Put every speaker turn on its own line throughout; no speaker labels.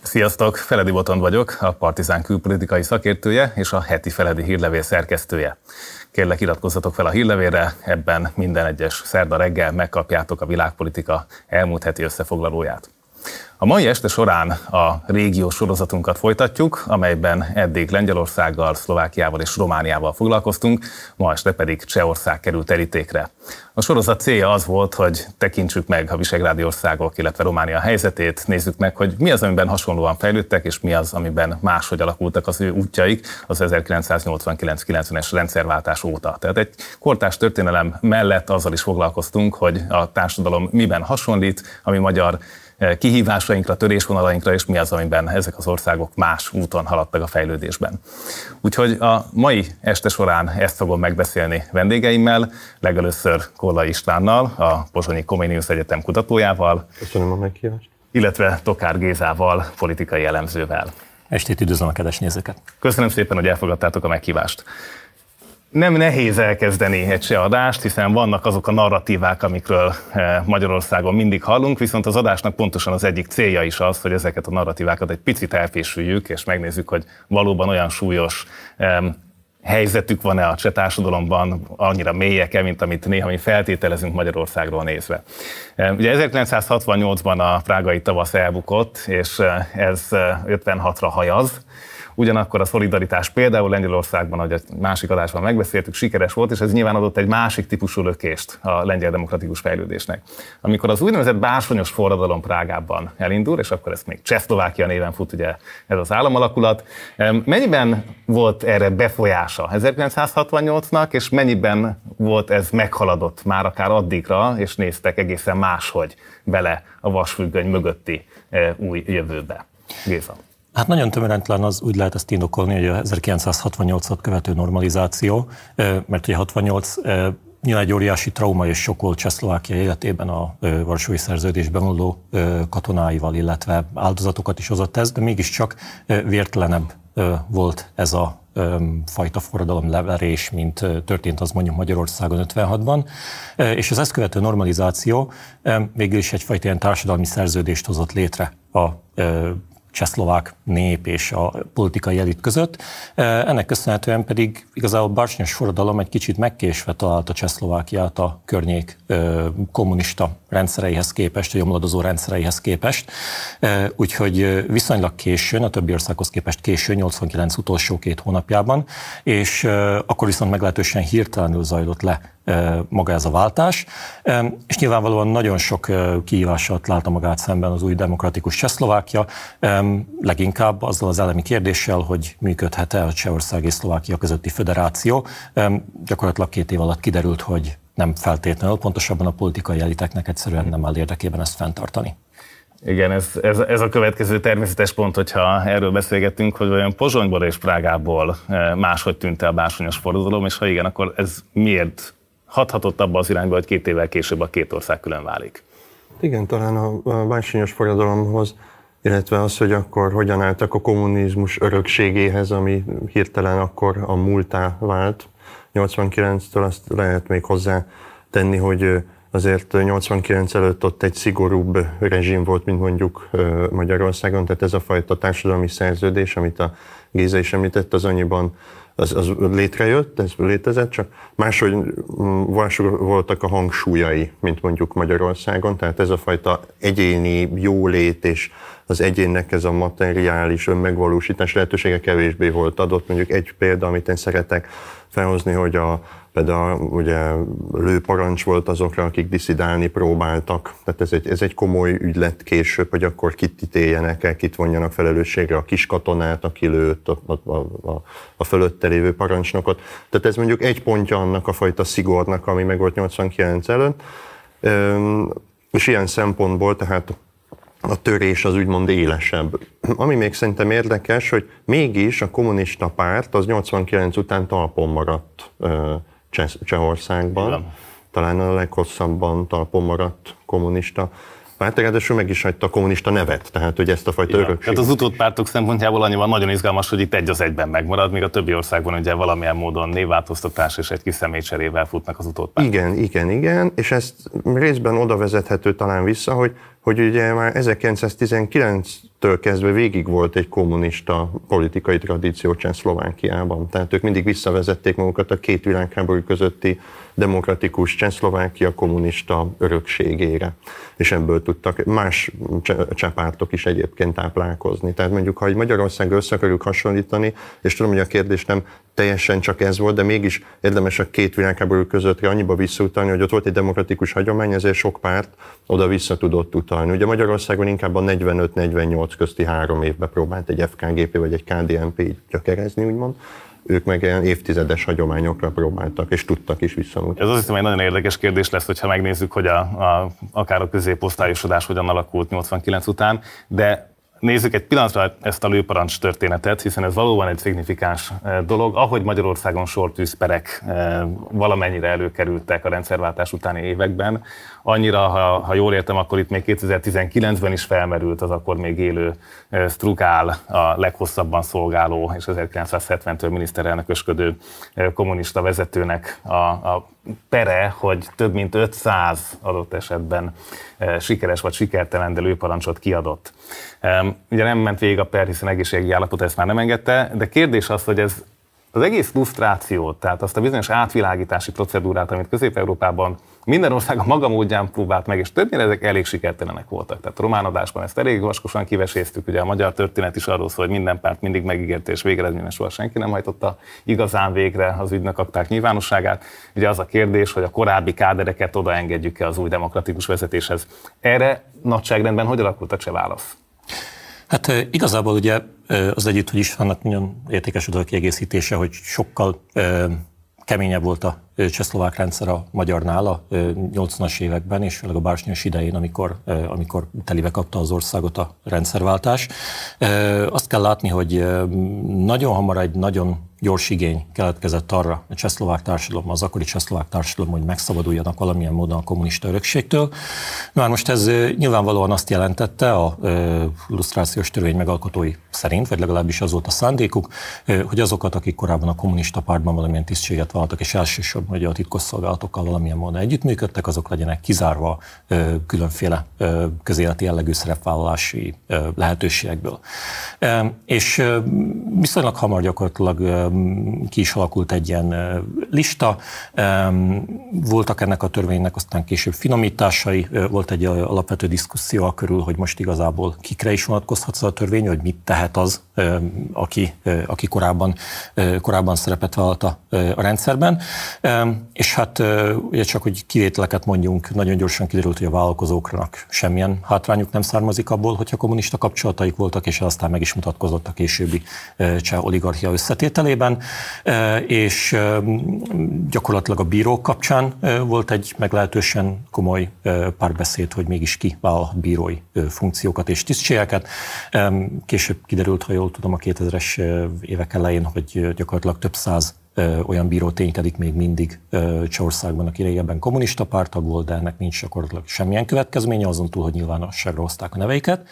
Sziasztok! Feledi Botond vagyok, a Partizán külpolitikai szakértője és a heti Feledi hírlevél szerkesztője. Kérlek, iratkozzatok fel a hírlevélre, ebben minden egyes szerda reggel megkapjátok a világpolitika elmúlt heti összefoglalóját. A mai este során a régiós sorozatunkat folytatjuk, amelyben eddig Lengyelországgal, Szlovákiával és Romániával foglalkoztunk, ma este pedig Csehország került terítékre. A sorozat célja az volt, hogy tekintsük meg a visegrádi országok, illetve Románia helyzetét, nézzük meg, hogy mi az, amiben hasonlóan fejlődtek, és mi az, amiben máshogy alakultak az ő útjaik az 1989-90-es rendszerváltás óta. Tehát egy kortárs történelem mellett azzal is foglalkoztunk, hogy a társadalom miben hasonlít, ami magyar kihívásainkra, törésvonalainkra, és mi az, amiben ezek az országok más úton haladtak a fejlődésben. Úgyhogy a mai este során ezt fogom megbeszélni vendégeimmel, legelőször Kollai Istvánnal, a Pozsonyi Comenius Egyetem kutatójával.
Köszönöm a meghívást.
Illetve Tokár Gézával, politikai elemzővel.
Estét üdvözlöm a kedves nézőket.
Köszönöm szépen, hogy elfogadtátok a meghívást. Nem nehéz elkezdeni egy se adást, hiszen vannak azok a narratívák, amikről Magyarországon mindig hallunk, viszont az adásnak pontosan az egyik célja is az, hogy ezeket a narratívákat egy picit elfésüljük, és megnézzük, hogy valóban olyan súlyos helyzetük van-e a cseh társadalomban, annyira mélyek-e, mint amit néha mi feltételezünk Magyarországról nézve. Ugye 1968-ban a prágai tavasz elbukott, és ez 56-ra hajaz. Ugyanakkor a szolidaritás például Lengyelországban, ahogy a másik adásban megbeszéltük, sikeres volt, és ez nyilván adott egy másik típusú lökést a lengyel demokratikus fejlődésnek. Amikor az úgynevezett bársonyos forradalom Prágában elindul, és akkor ezt még Csehszlovákia néven fut ugye ez az államalakulat, mennyiben volt erre befolyása 1968-nak, és mennyiben volt ez meghaladott már akár addigra, és néztek egészen máshogy bele a vasfüggöny mögötti új jövőbe? Géza.
Hát nagyon tömören talán az úgy lehet ezt indokolni, hogy a 1968-at követő normalizáció, mert ugye 68 nyilván egy óriási trauma és sok volt Csehszlovákia életében a Varsói Szerződésben oldó katonáival, illetve áldozatokat is hozott ez, de mégiscsak vértelenebb volt ez a fajta forradalomleverés, mint történt az mondjuk Magyarországon 56-ban, és az ezt követő normalizáció végül is egyfajta ilyen társadalmi szerződést hozott létre a csehszlovák nép és a politikai elit között. Ennek köszönhetően pedig igazából bársonyos forradalom egy kicsit megkésve találta Csehszlovákiát a környék kommunista rendszereihez képest, a gyomladozó rendszereihez képest. Úgyhogy viszonylag későn, a többi országhoz képest későn, 89 utolsó 2 hónapjában, és akkor viszont meglehetősen hirtelenül zajlott le maga ez a váltás, és nyilvánvalóan nagyon sok kihívással találta magát szemben az új demokratikus Csehszlovákia, leginkább azzal az elemi kérdéssel, hogy működhet-e a Csehország és Szlovákia közötti föderáció. Gyakorlatilag 2 év alatt kiderült, hogy nem feltétlenül, pontosabban a politikai eliteknek egyszerűen nem áll érdekében ezt fenntartani.
Igen, ez a következő természetes pont, hogyha erről beszélgettünk, hogy olyan Pozsonyból és Prágából máshogy tűnt el a bársonyos forradalom, és ha igen, akkor ez miért hathatott abba az irányba, hogy 2 évvel később a 2 ország külön válik?
Igen, talán a bársonyos forradalomhoz, illetve az, hogy akkor hogyan álltak a kommunizmus örökségéhez, ami hirtelen akkor a múltá vált. 89-től azt lehet még hozzá tenni, hogy azért 89 előtt ott egy szigorúbb rezsim volt, mint mondjuk Magyarországon, tehát ez a fajta társadalmi szerződés, amit a Géza is említett, az annyiban az létrejött, ez létezett, csak máshogy voltak a hangsúlyai, mint mondjuk Magyarországon, tehát ez a fajta egyéni jólét és az egyénnek ez a materiális önmegvalósítás lehetősége kevésbé volt adott. Mondjuk egy példa, amit én szeretek felhozni, hogy például ugye lőparancs volt azokra, akik diszidálni próbáltak. Tehát ez egy komoly ügylet később, hogy akkor kit ítéljenek el, kit vonjanak felelősségre, a kiskatonát, aki lőtt, a fölötte lévő parancsnokot. Tehát ez mondjuk egy pontja annak a fajta szigornak, ami meg volt 89 előtt. És ilyen szempontból tehát a törés az úgymond élesebb. Ami még szerintem érdekes, hogy mégis a kommunista párt az 89 után talpon maradt Csehországban. Igen. Talán a leghosszabban talpon maradt kommunista párt, ráadásul meg is hagyta a kommunista nevet, tehát hogy ezt a fajta örökség.
Tehát az utódpártok szempontjából annyiban nagyon izgalmas, hogy itt egy az egyben megmarad, míg a többi országban ugye valamilyen módon névváltoztatás és egy kis személycserével futnak az utódpártok.
Igen, és ezt részben oda vezethető talán vissza, hogy ugye már 1919-től kezdve végig volt egy kommunista politikai tradíció Csehszlovákiában. Tehát ők mindig visszavezették magukat a két világháború közötti demokratikus Csehszlovákia kommunista örökségére. És ebből tudtak más cseh pártok is egyébként táplálkozni. Tehát mondjuk, ha egy Magyarországgal össze akarjuk hasonlítani, és tudom, hogy a kérdés nem teljesen csak ez volt, de mégis érdemes a két világháború közöttre annyiba visszautalni, hogy ott volt egy demokratikus hagyomány, ezért sok párt oda vissza tudott utalni. Ugye Magyarországon inkább a 45-48 közti 3 évben próbált egy FKGP vagy egy KDNP így gyökerezni, úgymond. Ők meg ilyen évtizedes hagyományokra próbáltak, és tudtak is visszamutatni.
Ez azt hiszem egy nagyon érdekes kérdés lesz, hogyha megnézzük, hogy akár a középosztályosodás hogyan alakult 89 után, de nézzük egy pillanatra ezt a lőparancs történetet, hiszen ez valóban egy szignifikáns dolog. Ahogy Magyarországon sortűzperek valamennyire előkerültek a rendszerváltás utáni években, annyira, ha jól értem, akkor itt még 2019-ben is felmerült az akkor még élő Strukál, a leghosszabban szolgáló és 1970-től miniszterelnökösködő kommunista vezetőnek a pere, hogy több mint 500 adott esetben sikeres vagy sikertelen, de lőparancsot kiadott. Ugye nem ment végig a per, hiszen egészségügyi állapot ezt már nem engedte, de kérdés az, hogy ez az egész lusztrációt, tehát azt a bizonyos átvilágítási procedúrát, amit Közép-Európában minden ország a maga módján próbált meg, és többnyire ezek elég sikertelenek voltak. Tehát román adásban ezt elég vaskosan kiveséztük, ugye a magyar történet is arról szól, hogy minden párt mindig megígérte, és végeredményben soha senki nem hajtotta igazán végre az ügynek akták nyilvánosságát. Ugye az a kérdés, hogy a korábbi kádereket odaengedjük-e az új demokratikus vezetéshez. Erre nagyságrendben hogy alakult a cseh válasz?
Hát igazából ugye az együtt, hogy is vannak nagyon értékes oda a kiegészítése, hogy sokkal keményebb volt a csehszlovák rendszer a magyarnál a 80-as években, és főleg a Bársonyos idején, amikor telibe kapta az országot a rendszerváltás. Azt kell látni, hogy nagyon hamar egy nagyon gyors igény keletkezett arra a csehszlovák társadalom, az akkori csehszlovák társadalom, hogy megszabaduljanak valamilyen módon a kommunista örökségtől. Na hát most ez nyilvánvalóan azt jelentette a lusztrációs törvény megalkotói szerint, vagy legalábbis az volt a szándékuk, hogy azokat, akik korábban a kommunista pártban valamilyen tisztséget vállaltak, és elsősorban hogy a titkosszolgálatokkal valamilyen módon együttműködtek, azok legyenek kizárva különféle közéleti jellegű szerepvállalási lehetőségekből. És viszonylag hamar gyakorlatilag ki is alakult egy ilyen lista. Voltak ennek a törvénynek aztán később finomításai, volt egy alapvető diszkuszió körül, hogy most igazából kikre is vonatkozhat a törvény, hogy mit tehet az, aki korábban szerepet vállalt a rendszerben. És hát ugye csak, hogy kivételeket mondjunk, nagyon gyorsan kiderült, hogy a vállalkozóknak semmilyen hátrányuk nem származik abból, hogyha kommunista kapcsolataik voltak, és aztán meg is mutatkozott a későbbi cseh oligarchia összetételében, és gyakorlatilag a bírók kapcsán volt egy meglehetősen komoly párbeszéd, hogy mégis ki vállalhat bírói funkciókat és tisztségeket. Később kiderült, ha jól tudom, a 2000-es évek elején, hogy gyakorlatilag több száz olyan bíró ténykedik még mindig Csehországban, aki régebben kommunista párttag volt, de ennek nincs gyakorlatilag semmilyen következménye, azon túl, hogy nyilvánosságra hozták a neveiket.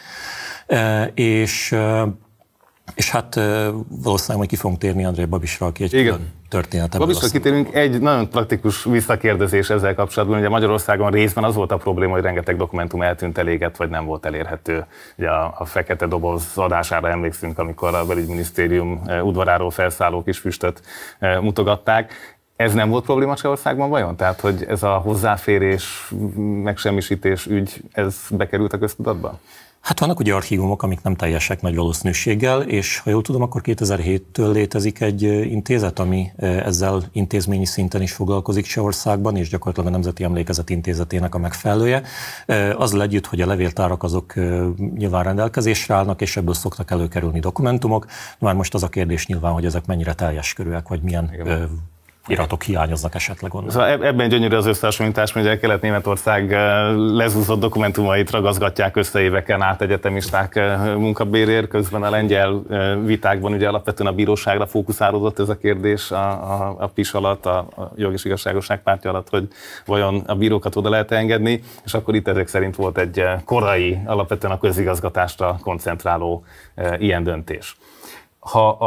És hát valószínűleg majd ki fogunk térni Andrej Babisra, aki egy külön történet.
Babisra kitérünk, egy nagyon praktikus visszakérdezés ezzel kapcsolatban. Ugye Magyarországon részben az volt a probléma, hogy rengeteg dokumentum eltűnt, elégett, vagy nem volt elérhető. Ugye a fekete doboz adására emlékszünk, amikor a belügyminisztérium udvaráról felszálló kis füstöt mutogatták. Ez nem volt probléma Csehországban vajon? Tehát, hogy ez a hozzáférés, megsemmisítés ügy, ez bekerült a köztudatba?
Hát vannak ugye archívumok, amik nem teljesek nagy valószínűséggel, és ha jól tudom, akkor 2007-től létezik egy intézet, ami ezzel intézményi szinten is foglalkozik Csehországban, és gyakorlatilag a Nemzeti Emlékezet Intézetének a megfelelője. Azzal együtt, hogy a levéltárak azok nyilván rendelkezésre állnak, és ebből szoktak előkerülni dokumentumok. Már most az a kérdés nyilván, hogy ezek mennyire teljes körűek, vagy milyen iratok hiányoznak esetleg onnan.
Szóval ebben gyönyörű az összehasonlítás, hogy a Kelet-Németország lezúzott dokumentumait ragazgatják össze éveken át egyetemisták munkabérért, közben a lengyel vitákban ugye alapvetően a bíróságra fókuszálódott ez a kérdés a PIS alatt, a Jog és Igazságosság pártja alatt, hogy vajon a bírókat oda lehet engedni, és akkor itt ezek szerint volt egy korai, alapvetően a közigazgatásra koncentráló ilyen döntés. Ha a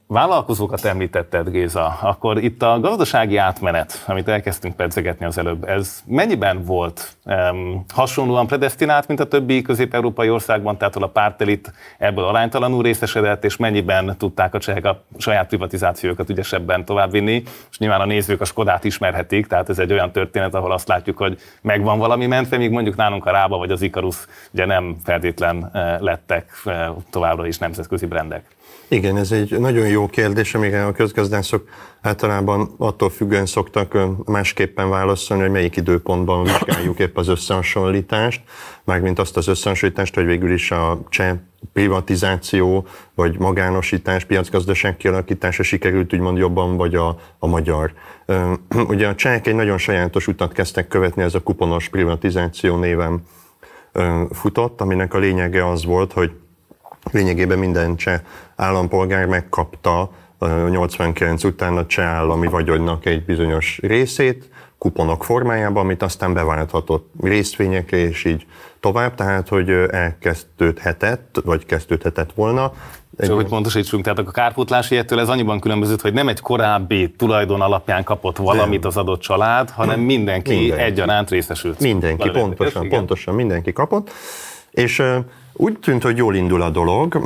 vállalkozókat említetted, Géza, akkor itt a gazdasági átmenet, amit elkezdtünk pedzegetni az előbb, ez mennyiben volt hasonlóan predesztinált, mint a többi közép-európai országban, tehát ahol a pártelit ebből aránytalanul részesedett, és mennyiben tudták a csehek a saját privatizációkat ügyesebben továbbvinni, és nyilván a nézők a Skodát ismerhetik, tehát ez egy olyan történet, ahol azt látjuk, hogy megvan valami mentve, míg mondjuk nálunk a Rába vagy az Ikarus ugye nem feltétlen lettek továbbra is nemzetközi brandek.
Igen, ez egy nagyon jó kérdés, amire a közgazdászok általában attól függően szoktak másképpen válaszolni, hogy melyik időpontban vizsgáljuk épp az összehasonlítást, mármint azt az összehasonlítást, hogy végül is a cseh privatizáció, vagy magánosítás, piacgazdaság kialakítása sikerült úgymond jobban, vagy a magyar. Ugye a csehek egy nagyon sajátos utat kezdtek követni, ez a kuponos privatizáció néven futott, aminek a lényege az volt, hogy lényegében minden cseh állampolgár megkapta 89 után a cseh állami vagyonnak egy bizonyos részét, kuponok formájában, amit aztán beválthatott részvényekre, és így tovább, tehát hogy elkezdődhetett, vagy kezdődhetett volna.
Csak hogy pontosítsunk, tehát a kárpótlási ettől ez annyiban különbözött, hogy nem egy korábbi tulajdon alapján kapott valamit az adott család, hanem mindenki egyaránt részesült.
Mindenki, pontosan mindenki kapott. És úgy tűnt, hogy jól indul a dolog,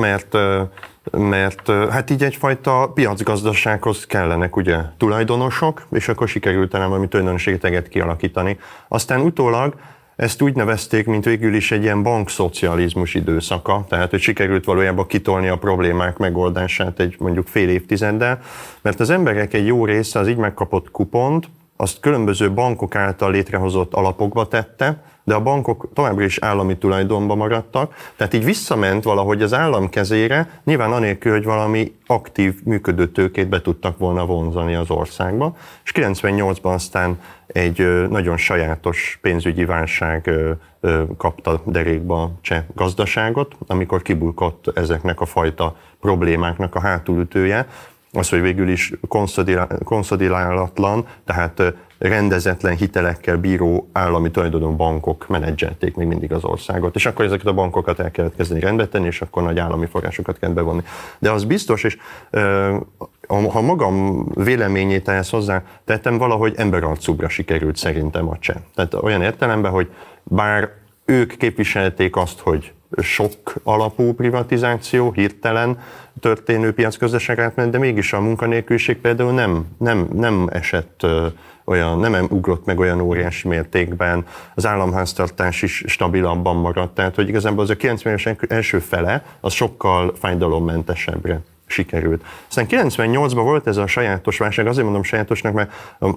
mert hát így egyfajta piacgazdasághoz kellenek ugye tulajdonosok, és akkor sikerült talán valami tulajdonosséget kialakítani. Aztán utólag ezt úgy nevezték, mint végül is egy ilyen bankszocializmus időszaka, tehát hogy sikerült valójában kitolni a problémák megoldását egy mondjuk fél évtizeddel, mert az emberek egy jó része az így megkapott kupont, azt különböző bankok által létrehozott alapokba tette, de a bankok továbbra is állami tulajdonban maradtak, tehát így visszament valahogy az állam kezére, nyilván anélkül, hogy valami aktív működő tőkét be tudtak volna vonzani az országba, és 98-ban aztán egy nagyon sajátos pénzügyi válság kapta derékba a cseh gazdaságot, amikor kibukott ezeknek a fajta problémáknak a hátulütője, az, hogy végül is konszolidálatlan, tehát rendezetlen hitelekkel bíró állami tulajdonú bankok menedzselték még mindig az országot. És akkor ezeket a bankokat el kellett kezdeni rendbe tenni, és akkor nagy állami forrásokat kellett bevonni. De az biztos, és ha magam véleményét ehhez hozzá tettem, valahogy emberarcúbbra sikerült szerintem a cseh. Tehát olyan értelemben, hogy bár ők képviselték azt, hogy sok alapú privatizáció, hirtelen történő piacgazdaság átmenet, de mégis a munkanélküliség például nem esett olyan, nem ugrott meg olyan óriási mértékben, az államháztartás is stabilabban maradt, tehát hogy igazából az a 90-es első fele az sokkal fájdalommentesebbre sikerült. Aztán 98-ban volt ez a sajátos válság, azért mondom sajátosnak, mert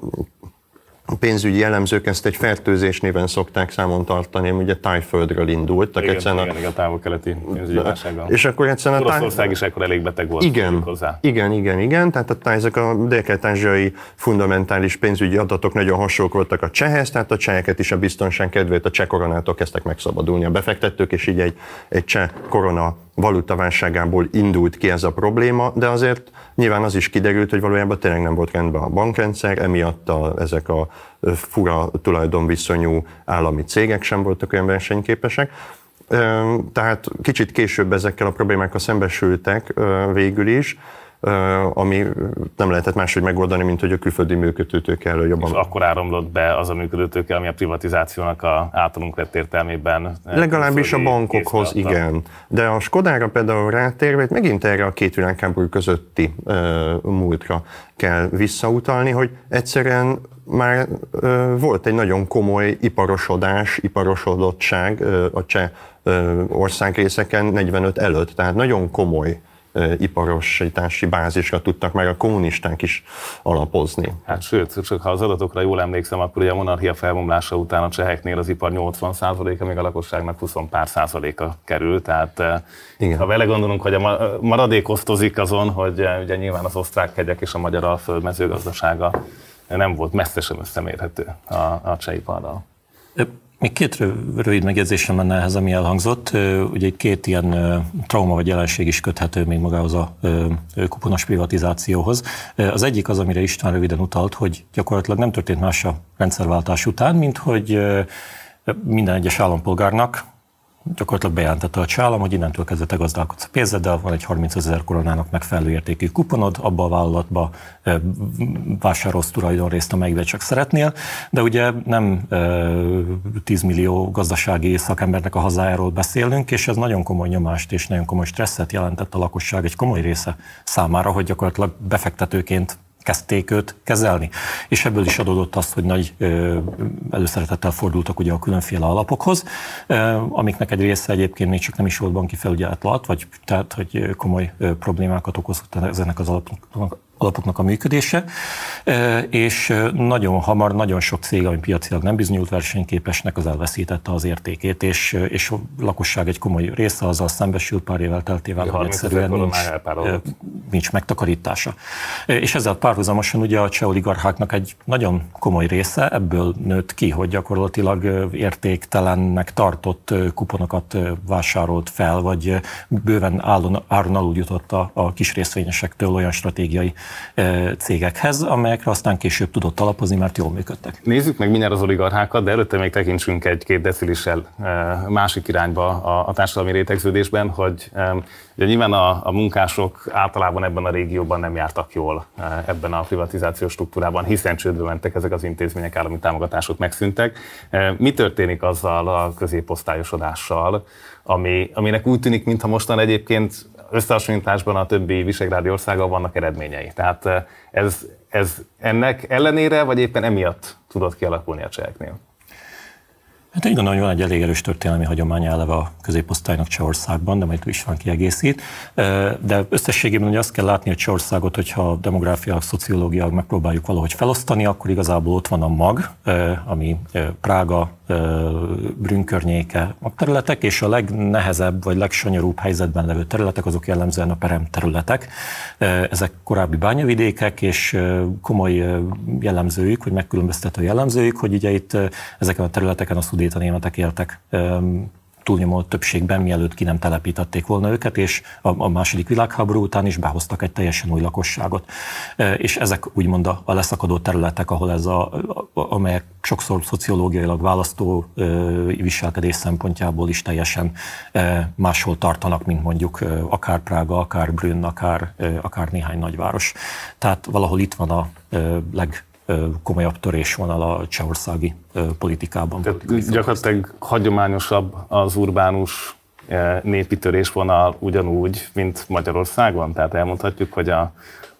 a pénzügyi elemzők ezt egy fertőzés néven szokták számon tartani, ami ugye Tájföldről indultak.
Igen, a távol-keleti pénzügyi válsággal.
És akkor egyszerűen
Oroszország is ekkor elég beteg volt.
Igen. Tehát ezek a dél-kelet-ázsiai fundamentális pénzügyi adatok nagyon hasonlók voltak a csehhez, tehát a cseheket is a biztonság kedvéért a cseh koronától kezdtek megszabadulni a befektetők, és így egy cseh korona valutaválságából indult ki ez a probléma, de azért nyilván az is kiderült, hogy valójában tényleg nem volt rendben a bankrendszer, emiatt ezek a fura tulajdonviszonyú állami cégek sem voltak olyan versenyképesek. Tehát kicsit később ezekkel a problémákkal szembesültek végül is, ami nem lehetett máshogy megoldani, mint hogy a külföldi működőtőke elő jobban.
És akkor áramlott be az a működőtőke, ami a privatizációnak a általunk vett értelmében.
Legalábbis a bankokhoz igen. De a Skodára például rátérve, megint erre a két világháború közötti múltra kell visszautalni, hogy egyszerűen már volt egy nagyon komoly iparosodottság a cseh országrészeken 45 előtt, tehát nagyon komoly iparosítási bázisra tudtak már a kommunisták is alapozni.
Hát sőt, csak ha az adatokra jól emlékszem, akkor ugye a monarchia felbomlása után a cseheknél az ipar 80%-a, még a lakosságnak 20 pár százaléka kerül, tehát igen. Ha vele gondolunk, hogy a maradék osztozik azon, hogy ugye nyilván az osztrák hegyek és a magyar alföld mezőgazdasága nem volt messze sem összemérhető a cseh iparral.
Még két rövid megjegyzésem lenne ehhez, ami elhangzott. Ugye egy két ilyen trauma vagy jelenség is köthető még magához a kuponos privatizációhoz. Az egyik az, amire István röviden utalt, hogy gyakorlatilag nem történt más a rendszerváltás után, mint hogy minden egyes állampolgárnak gyakorlatilag bejelentette a csallam, hogy innentől kezdve te gazdálkodsz a pénzeddel, van egy 35 000 koronának megfelelő értékű kuponod, abba a vállalatba vásárolsz tulajdonrészt, amelyikben csak szeretnél, de ugye nem 10 millió gazdasági szakembernek a hazájáról beszélünk, és ez nagyon komoly nyomást és nagyon komoly stresszet jelentett a lakosság egy komoly része számára, hogy gyakorlatilag befektetőként kezdték őt kezelni. És ebből is adódott az, hogy nagy előszeretettel fordultak ugye a különféle alapokhoz, amiknek egy része egyébként még csak nem is volt banki felügyelet alatt, vagy tehát, hogy komoly problémákat okozott ennek az alapoknak a működése, és nagyon hamar, nagyon sok cég, ami piacilag nem bizonyult versenyképesnek, az elveszítette az értékét, és a lakosság egy komoly része azzal szembesül pár évvel teltével, hogy egyszerűen nincs megtakarítása. És ezzel párhuzamosan ugye a cseh oligarcháknak egy nagyon komoly része ebből nőtt ki, hogy gyakorlatilag értéktelennek tartott kuponokat vásárolt fel, vagy bőven áron alul jutott a kis részvényesektől olyan stratégiai cégekhez, amelyekre aztán később tudott alapozni, mert jól működtek.
Nézzük meg mindjárt az oligarchákat, de előtte még tekintsünk egy-két decilissel másik irányba a társadalmi rétegződésben, hogy ugye nyilván a munkások általában ebben a régióban nem jártak jól ebben a privatizációs struktúrában, hiszen csődbe mentek ezek az intézmények, állami támogatások megszűntek. Mi történik azzal a középosztályosodással, aminek úgy tűnik, mintha mostan egyébként összehasonlításban a többi visegrádi országgal vannak eredményei. Tehát ez ennek ellenére, vagy éppen emiatt tudott kialakulni a cseheknél?
Hát így gondolom, hogy van egy elég erős történelmi hagyomány eleve a középosztálynak Csehországban, de majd István kiegészít. De összességében ugye azt kell látni, hogy Csehországot, hogyha demográfiailag, szociológiailag megpróbáljuk valahogy felosztani, akkor igazából ott van a mag, ami Prága, Brünn környéke a területek, és a legnehezebb vagy legsanyarúbb helyzetben levő területek azok jellemzően a perem területek. Ezek korábbi bányavidékek, és komoly jellemzőjük, vagy megkülönböztető jellemzőjük, hogy ugye itt ezeken a területeken a szudéta németek éltek túlnyomó többségben, mielőtt ki nem telepítették volna őket, és a második világháború után is behoztak egy teljesen új lakosságot. És ezek úgymond a leszakadó területek, ahol amelyek sokszor szociológiailag választó viselkedés szempontjából is teljesen máshol tartanak, mint mondjuk akár Prága, akár Brünn, akár néhány nagyváros. Tehát valahol itt van a legkomolyabb törésvonal a csehországi politikában.
Gyakorlatilag hagyományosabb az urbánus népi törésvonal ugyanúgy, mint Magyarországon? Tehát elmondhatjuk, hogy a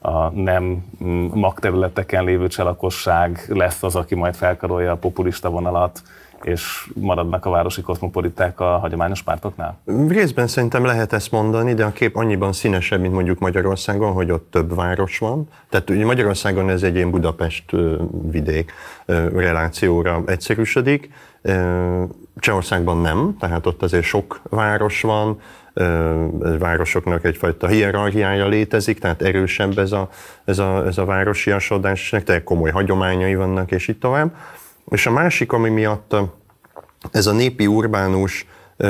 nem magterületeken lévő cseh lakosság lesz az, aki majd felkarolja a populista vonalat, és maradnak a városi kozmopoliták a hagyományos pártoknál?
Részben szerintem lehet ezt mondani, de a kép annyiban színesebb, mint mondjuk Magyarországon, hogy ott több város van. Tehát ugye Magyarországon ez egy ilyen Budapest vidék relációra egyszerűsödik. Csehországban nem, tehát ott azért sok város van, városoknak egyfajta hierarchiája létezik, tehát erősebb ez a városiasodás, tehát komoly hagyományai vannak, és így tovább. És a másik, ami miatt ez a népi urbánus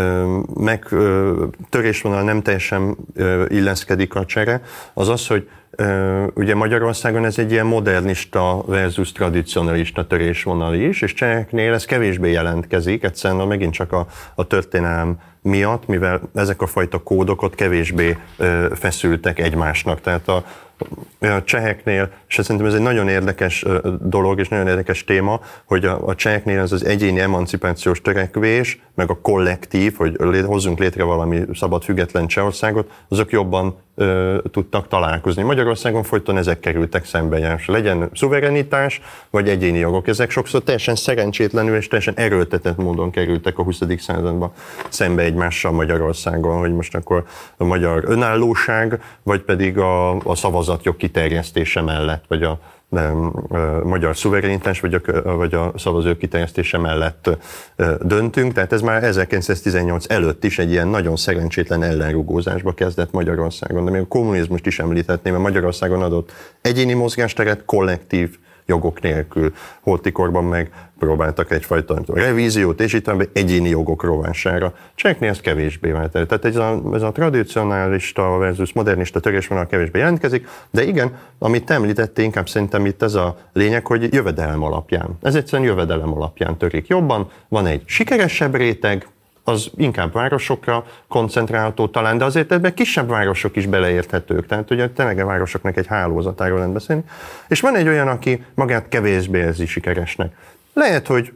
törésvonal nem teljesen illeszkedik a csehre, az az, hogy ugye Magyarországon ez egy ilyen modernista versus tradicionalista törésvonal is, és cseheknél ez kevésbé jelentkezik, egyszerűen megint csak a történelem miatt, mivel ezek a fajta kódok ott kevésbé feszültek egymásnak. Tehát a cseheknél, és szerintem ez egy nagyon érdekes dolog, és nagyon érdekes téma, hogy a cseheknél az egyéni emancipációs törekvés, meg a kollektív, hogy hozzunk létre valami szabad, független Csehországot, azok jobban tudtak találkozni. Magyarországon folyton ezek kerültek szembe, legyen szuverenitás, vagy egyéni jogok. Ezek sokszor teljesen szerencsétlenül és teljesen erőltetett módon kerültek a 20. században szembe egymással Magyarországon, hogy most akkor a magyar önállóság, vagy pedig a szavazatjog kiterjesztése mellett, vagy a magyar szuverenitás, vagy a szavazók kiterjesztése mellett döntünk. Tehát ez már 1918 előtt is egy ilyen nagyon szerencsétlen ellenrugózásba kezdett Magyarországon. De még a kommunizmust is említhetném, mert Magyarországon adott egyéni mozgásteret kollektív jogok nélkül. Holtikorban meg próbáltak egyfajta revíziót, és itt egyéni jogok rovására. Cseheknél ez kevésbé vált. Tehát ez a tradicionalista versus modernista törésvonal kevésbé jelentkezik, de igen, amit te említettél, inkább szerintem itt ez a lényeg, hogy jövedelem alapján. Ez egyszerűen jövedelem alapján törik jobban. Van egy sikeresebb réteg, az inkább városokra koncentrálható talán, de azért ebben kisebb városok is beleérthetők. Tehát ugye tényleg a városoknak egy hálózatáról lehet beszélni. És van egy olyan, aki magát kevésbé érzi sikeresnek. Lehet, hogy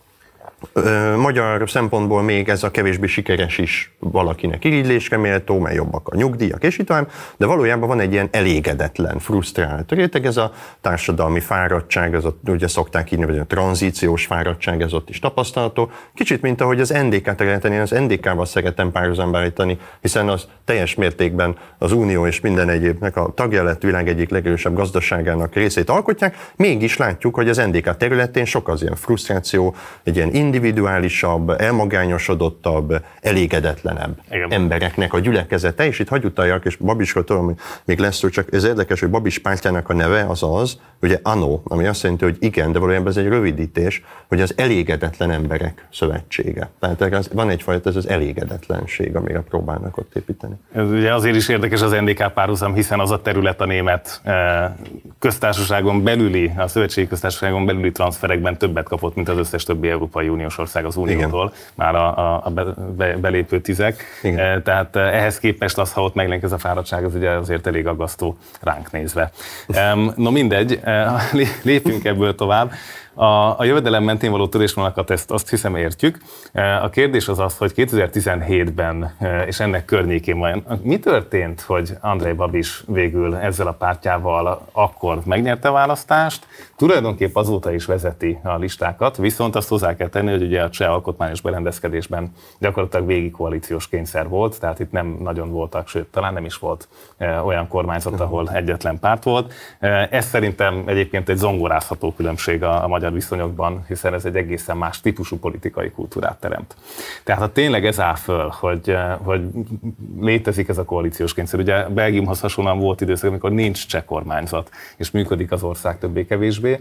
magyar szempontból még ez a kevésbé sikeres is valakinek irigylésre méltó, mert jobbak a nyugdíjak, és így tovább, de valójában van egy ilyen elégedetlen, frusztrált réteg, ez a társadalmi fáradtság, ez ugye szokták így nevezni, a tranzíciós fáradtság, ez ott is tapasztalható. Kicsit, mint ahogy az NDK-t területen, én az NDK-val szeretem párhuzamba állítani, hiszen az teljes mértékben az Unió és minden egyébnek a tagja lett világ egyik legerősebb gazdaságának részét alkotják, mégis látjuk, hogy az NDK területén sok az ilyen frusztráció, egy ilyen individuálisabb, elmagányosodottabb, elégedetlenebb embereknek a gyülekezete, és itt hagy utaljak, és Babisról tudom, hogy még lesz szó, csak ez érdekes, hogy Babis pártjának a neve az, ugye ANO, ami azt jelenti, hogy igen, de valójában ez egy rövidítés, hogy az elégedetlen emberek szövetsége. Tehát van egyfajta ez az elégedetlenség, amire próbálnak ott építeni.
Ez ugye azért is érdekes az NDK párhuzam, hiszen az a terület a német köztársaságon belüli, a szövetségi köztársaságon belüli transferekben többet kapott, mint az összes többi Európai Uniós ország az Uniótól, igen. Már a belépő tizek. Igen. Tehát ehhez képest az, ha ott megjelenik ez a fáradtság, az ugye azért elég aggasztó ránk nézve. No mindegy, lépjünk ebből tovább. A jövedelem mentén való törésvonalakat, ezt azt hiszem értjük. A kérdés az az, hogy 2017-ben és ennek környékén vajon mi történt, hogy Andrej Babis végül ezzel a pártjával akkor megnyerte a választást, tulajdonképp azóta is vezeti a listákat, viszont azt hozzá kell tenni, hogy ugye a cseh alkotmányos berendezkedésben gyakorlatilag végig koalíciós kényszer volt, tehát itt nem nagyon voltak, sőt talán nem is volt olyan kormányzat, ahol egyetlen párt volt. Ez szerintem egyébként egy zongorázható különbség a magyar viszonyokban, hiszen ez egy egészen más típusú politikai kultúrát teremt. Tehát ha tényleg ez áll föl, hogy létezik ez a koalíciós kényszer, ugye Belgiumhoz hasonlóan volt időszak, amikor nincs cseh kormányzat, és működik az ország többé-kevésbé.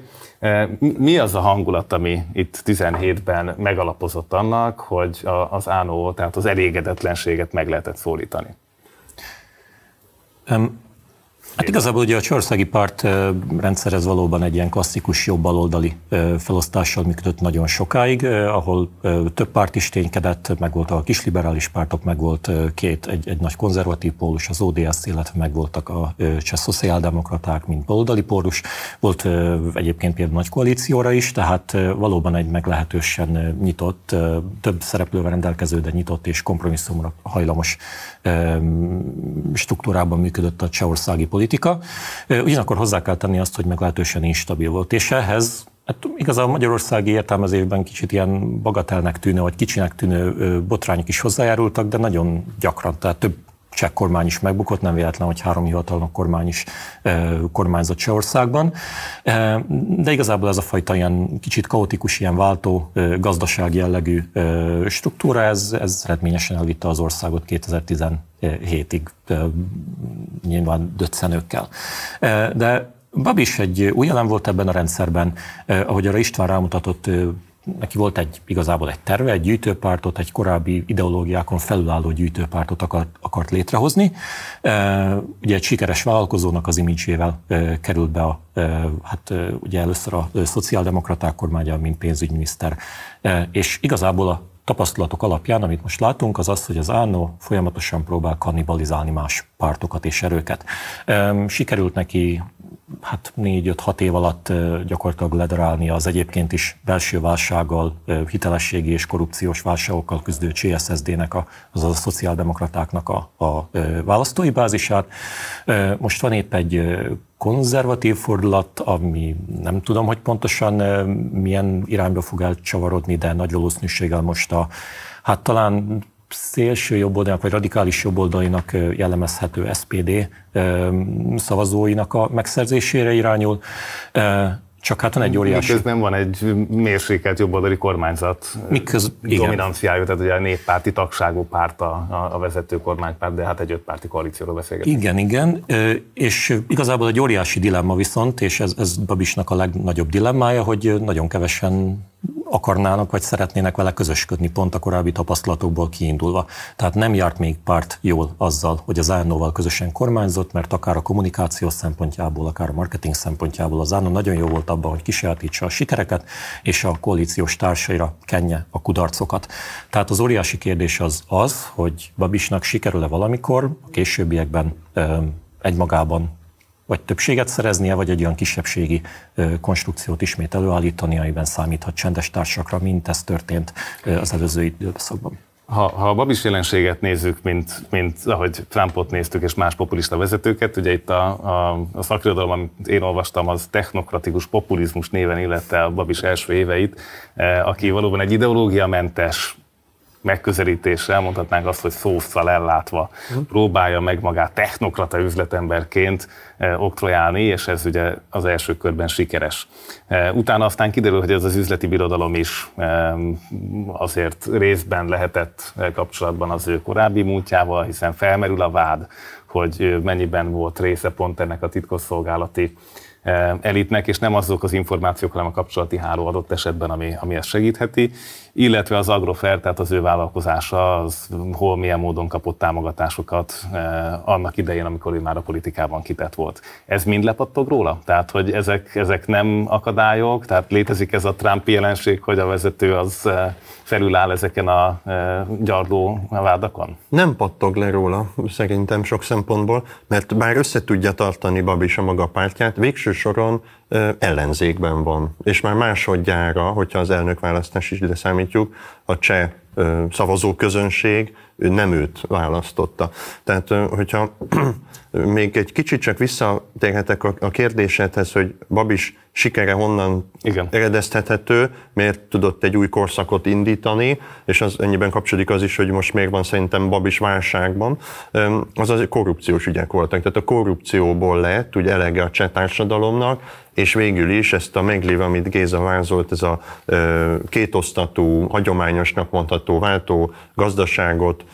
Mi az a hangulat, ami itt 17-ben megalapozott annak, hogy az ANO, tehát az elégedetlenséget meg lehetett szólítani?
Hát igazából ugye a csehországi párt rendszer ez valóban egy ilyen klasszikus jobb-baloldali felosztással működött nagyon sokáig, ahol több párt is ténykedett, meg volt a kisliberális pártok, meg volt egy nagy konzervatív pólus, az ODS, illetve meg voltak a cseh szociáldemokraták, mint baloldali pólus. Volt egyébként például nagy koalícióra is, tehát valóban egy meglehetősen nyitott, több szereplővel rendelkező, de nyitott és kompromisszumra hajlamos struktúrában működött a csehországi politika. Ugyanakkor hozzá kell tenni azt, hogy meglehetősen instabil volt, és ehhez hát igazából magyarországi értelmezésben kicsit ilyen bagatelnek tűnő, vagy kicsinek tűnő botrányok is hozzájárultak, de nagyon gyakran, tehát több cseh kormány is megbukott, nem véletlen, hogy 3 hivatalnok kormány is kormányzott Csehországban. De igazából ez a fajta ilyen kicsit kaotikus, ilyen váltó gazdasági jellegű struktúra, ez eredményesen elvitte az országot 2017-ig, nyilván döccenőkkel. De Babis egy új elem volt ebben a rendszerben, ahogy arra István rámutatott, neki volt igazából egy terve, egy gyűjtőpártot, egy korábbi ideológiákon felülálló gyűjtőpártot akart létrehozni. Ugye egy sikeres vállalkozónak az imidzsével került be ugye először a szociáldemokraták kormánya, mint pénzügyminiszter. És igazából a tapasztalatok alapján, amit most látunk, az az, hogy az ANO folyamatosan próbál kannibalizálni más pártokat és erőket. Sikerült neki 4-5-6 év alatt gyakorlatilag ledarálni az egyébként is belső válsággal, hitelességi és korrupciós válságokkal küzdő CSSD-nek, azaz a szociáldemokratáknak a választói bázisát. Most van épp egy konzervatív fordulat, ami nem tudom, hogy pontosan milyen irányba fog elcsavarodni, de nagy valószínűséggel most talán szélső jobboldalinak, vagy radikális jobboldalinak jellemezhető SPD szavazóinak a megszerzésére irányul. Csak hát van egy óriási...
Miközben van egy mérsékelt jobboldali kormányzat dominanciája, tehát ugye a néppárti tagságú párt a vezető kormánypárt, de hát egy 5 párti koalícióról beszélgetünk.
Igen, és igazából egy óriási dilemma viszont, és ez Babisnak a legnagyobb dilemmája, hogy nagyon kevesen akarnának, vagy szeretnének vele közösködni, pont a korábbi tapasztalatokból kiindulva. Tehát nem járt még párt jól azzal, hogy az ANO-val közösen kormányzott, mert akár a kommunikáció szempontjából, akár a marketing szempontjából az ANO nagyon jó volt abban, hogy kisajátítsa a sikereket, és a koalíciós társaira kenje a kudarcokat. Tehát az óriási kérdés az, hogy Babisnak sikerül-e valamikor a későbbiekben egymagában vagy többséget szereznie, vagy egy olyan kisebbségi konstrukciót ismét előállítani, amiben számíthat csendes társakra, mint ez történt az előző időszakban.
Ha a Babis jelenséget nézzük, mint ahogy Trumpot néztük, és más populista vezetőket, ugye itt a szakirodalom, amit én olvastam, az technokratikus populizmus néven illette a Babis első éveit, aki valóban egy ideológiamentes megközelítéssel, mondhatnánk azt, hogy szószal ellátva próbálja meg magát technokrata üzletemberként oktrojálni, és ez ugye az első körben sikeres. Utána aztán kiderül, hogy ez az üzleti birodalom is azért részben lehetett kapcsolatban az ő korábbi múltjával, hiszen felmerül a vád, hogy mennyiben volt része pont ennek a titkosszolgálati elitnek, és nem azok az információk, hanem a kapcsolati háló adott esetben, ami ezt segítheti, illetve az Agrofert, tehát az ő vállalkozása, az hol milyen módon kapott támogatásokat annak idején, amikor ő már a politikában kitett volt. Ez mind lepattog róla? Tehát, hogy ezek nem akadályok, tehát létezik ez a Trump jelenség, hogy a vezető az felüláll ezeken a gyarló vádakon?
Nem pattog le róla, szerintem sok szempontból, mert bár össze tudja tartani Babis a maga pártját, végső soron ellenzékben van. És már másodjára, hogyha az elnökválasztás is ide számítjuk, a cseh szavazóközönség nem őt választotta. Tehát, hogyha még egy kicsit csak visszatérhetek a kérdésedhez, hogy Babis sikere honnan eredeztethető, miért tudott egy új korszakot indítani, és az ennyiben kapcsolódik az is, hogy most miért van szerintem Babis válságban, az korrupciós ügyek voltak. Tehát a korrupcióból lett úgy elege a cseh társadalomnak, és végül is ezt a meglévő, amit Géza vázolt, ez a kétosztatú, hagyományosnak mondható váltó gazdaságot,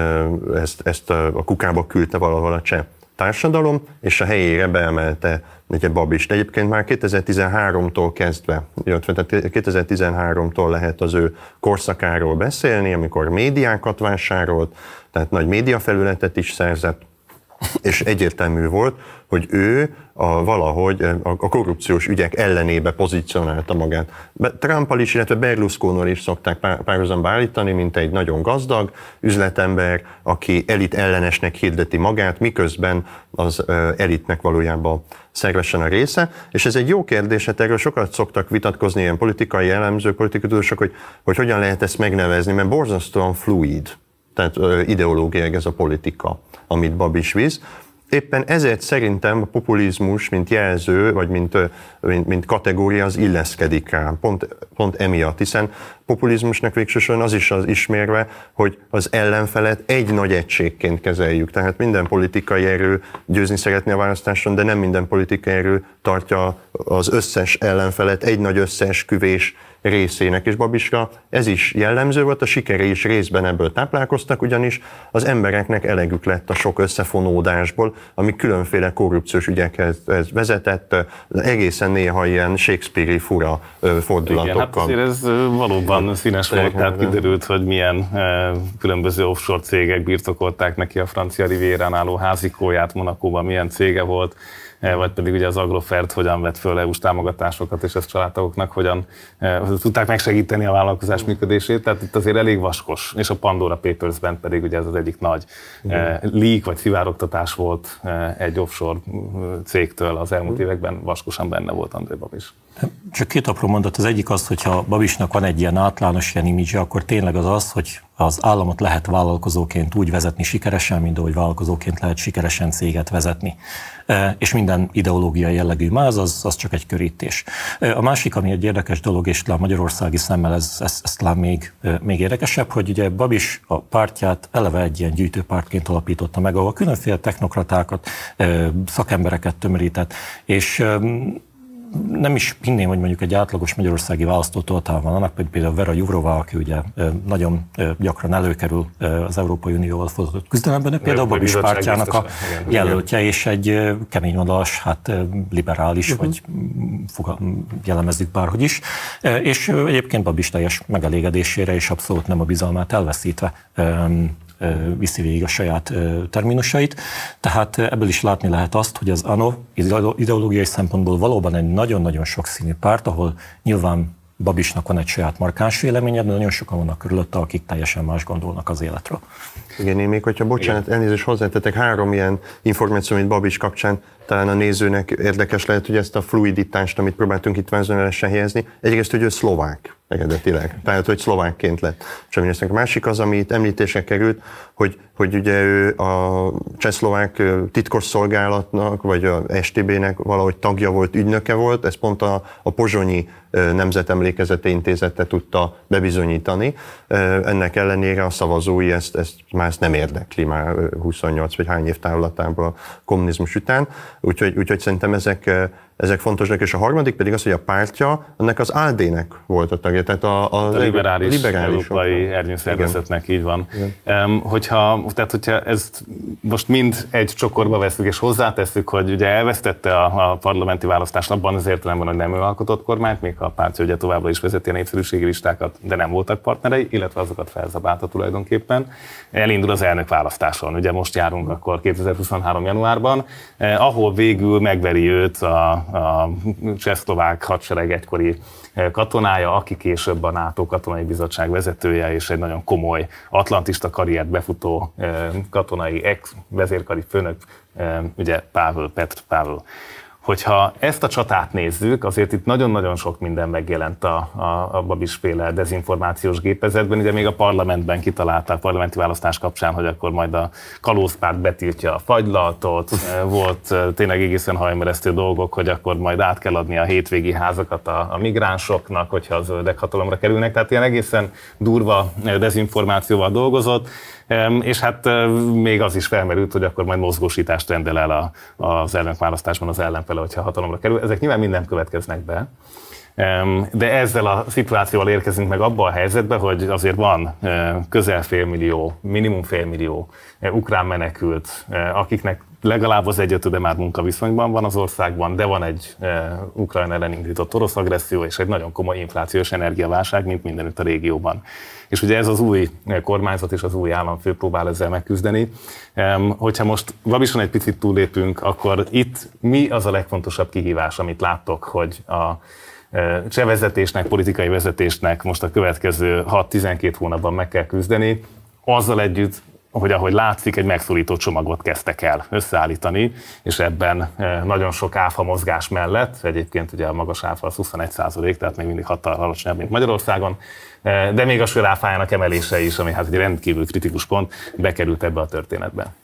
ezt a kukába küldte valahol a cseh társadalom, és a helyére beemelte ugye Babist. Egyébként már 2013-tól kezdve, tehát 2013-tól lehet az ő korszakáról beszélni, amikor médiákat vásárolt, tehát nagy médiafelületet is szerzett, és egyértelmű volt, hogy ő valahogy a korrupciós ügyek ellenébe pozícionálta magát. Trumpal is, illetve Berlusconival is szokták párhuzamba állítani, mint egy nagyon gazdag üzletember, aki elit ellenesnek hirdeti magát, miközben az elitnek valójában szervesen a része. És ez egy jó kérdés, hát erről sokat szoktak vitatkozni ilyen politikai elemzők, politikai tudósok, hogy hogyan lehet ezt megnevezni, mert borzasztóan fluid, tehát ideológiai ez a politika, amit Babis visz. Éppen ezért szerintem a populizmus, mint jelző, vagy mint kategória, az illeszkedik rá, pont emiatt, hiszen populizmusnak végsősorban az is az ismérve, hogy az ellenfelet egy nagy egységként kezeljük. Tehát minden politikai erő győzni szeretné a választáson, de nem minden politikai erő tartja az összes ellenfelet egy nagy összeesküvés részének, és Babisra ez is jellemző volt, a sikere is részben ebből táplálkoztak, ugyanis az embereknek elegük lett a sok összefonódásból, ami különféle korrupciós ügyekhez vezetett, egészen néha ilyen Shakespeare-i fura fordulatokkal.
Igen, hát azért ez valóban színes volt, tehát kiderült, hogy milyen különböző offshore cégek birtokolták neki a francia Rivierán álló házikóját, Monacóban milyen cége volt, vagy pedig ugye az Agrofert hogyan vett föl EU-s támogatásokat, és ezt családtagoknak hogyan tudták megsegíteni a vállalkozás működését, tehát itt azért elég vaskos, és a Pandora Papers-ben pedig ugye ez az egyik nagy leak vagy szivárogtatás volt egy offshore cégtől az elmúlt években, vaskosan benne volt Andrej Babis.
Csak két apró mondat, az egyik az, hogyha Babisnak van egy ilyen általános ilyen imidzse, akkor tényleg az, hogy az államot lehet vállalkozóként úgy vezetni sikeresen, mint ahogy vállalkozóként lehet sikeresen céget vezetni. És minden ideológiai jellegű máz, az csak egy körítés. A másik, ami egy érdekes dolog, és talán magyarországi szemmel ez talán még érdekesebb, hogy ugye Babis a pártját eleve egy ilyen gyűjtőpártként alapította meg, ahol különféle technokratákat, szakembereket tömörített, és nem is hinném, hogy mondjuk egy átlagos magyarországi választótól van annak, például Vera Jourová, aki ugye nagyon gyakran előkerül az Európai Unióval folytatott küzdelemben, például a Babis pártjának a jelöltje, és egy keményvonalas, hát liberális, vagy jellemezzük bárhogy is, és egyébként Babis teljes megelégedésére és abszolút nem a bizalmát elveszítve viszi végig a saját terminusait. Tehát ebből is látni lehet azt, hogy az ANO ideológiai szempontból valóban egy nagyon-nagyon sokszínű párt, ahol nyilván Babisnak van egy saját markáns véleménye, de nagyon sokan vannak körülötte, akik teljesen más gondolnak az életről.
Igen, én még, hogyha bocsánat, elnézést hozzátettek, 3 ilyen információ, mint Babis kapcsán talán a nézőnek érdekes lehet, hogy ezt a fluiditást, amit próbáltunk itt vázolni, lehessen helyezni. Egyrészt, hogy ő szlovák eredetileg, tehát hogy szlovákként lett. És a másik az, ami itt említésre került, hogy ugye ő a csehszlovák titkosszolgálatnak, vagy a STB-nek valahogy tagja volt, ügynöke volt, ez pont a Pozsonyi Nemzetemlékezeti Intézete tudta bebizonyítani. Ennek ellenére a szavazói ezt már nem érdekli már 28 vagy hány év távlatában a kommunizmus után. Úgyhogy szerintem ezek fontosak, és a harmadik pedig az, hogy a pártja, annak az ALDE-nek volt a tagja, tehát a
liberális európai ernyőszervezetnek, így van. Hogyha ezt most mind egy csokorba veszük, és hozzátesszük, hogy ugye elvesztette a parlamenti választást abban az értelemben, hogy nem ő alkotott kormányt, még a pártja ugye továbbra is vezeti a népszerűségi listákat, de nem voltak partnerei, illetve azokat felzabálta tulajdonképpen. Elindul az elnökválasztáson, ugye most járunk akkor 2023. januárban, ahol végül megveri őt a csehszlovák hadsereg egykori katonája, aki később a NATO katonai bizottság vezetője, és egy nagyon komoly atlantista karriert befutó katonai ex-vezérkari főnök, ugye Petr Pavel. Hogyha ezt a csatát nézzük, azért itt nagyon-nagyon sok minden megjelent a Babis-féle dezinformációs gépezetben, ugye még a parlamentben kitalálták, parlamenti választás kapcsán, hogy akkor majd a kalózpárt betiltja a fagylaltot, volt tényleg egészen hajmeresztő dolgok, hogy akkor majd át kell adni a hétvégi házakat a migránsoknak, hogyha a zöldek hatalomra kerülnek, tehát ilyen egészen durva dezinformációval dolgozott. És hát még az is felmerült, hogy akkor majd mozgósítást rendel el az elnökválasztásban az ellenfele, hogyha hatalomra kerül. Ezek nyilván mind nem következnek be. De ezzel a szituációval érkezünk meg abba a helyzetbe, hogy azért van közel 500 000, minimum 500 000 ukrán menekült, akiknek legalább az egyötöde már munkaviszonyban van az országban, de van egy Ukrajna ellen indított orosz agresszió és egy nagyon komoly inflációs energiaválság, mint mindenütt a régióban. És ugye ez az új kormányzat és az új államfő próbál ezzel megküzdeni. Hogyha most Babison egy picit túllépünk, akkor itt mi az a legfontosabb kihívás, amit láttok, hogy a cseh vezetésnek, politikai vezetésnek most a következő 6-12 hónapban meg kell küzdeni, azzal együtt, hogy ahogy látszik, egy megszorító csomagot kezdtek el összeállítani, és ebben nagyon sok áfa mozgás mellett, egyébként ugye a magas áfa az 21%, tehát még mindig 6-tal alacsonyabb, mint Magyarországon, de még a sör áfájának emelése is, ami hát egy rendkívül kritikus pont, bekerült ebbe a történetbe.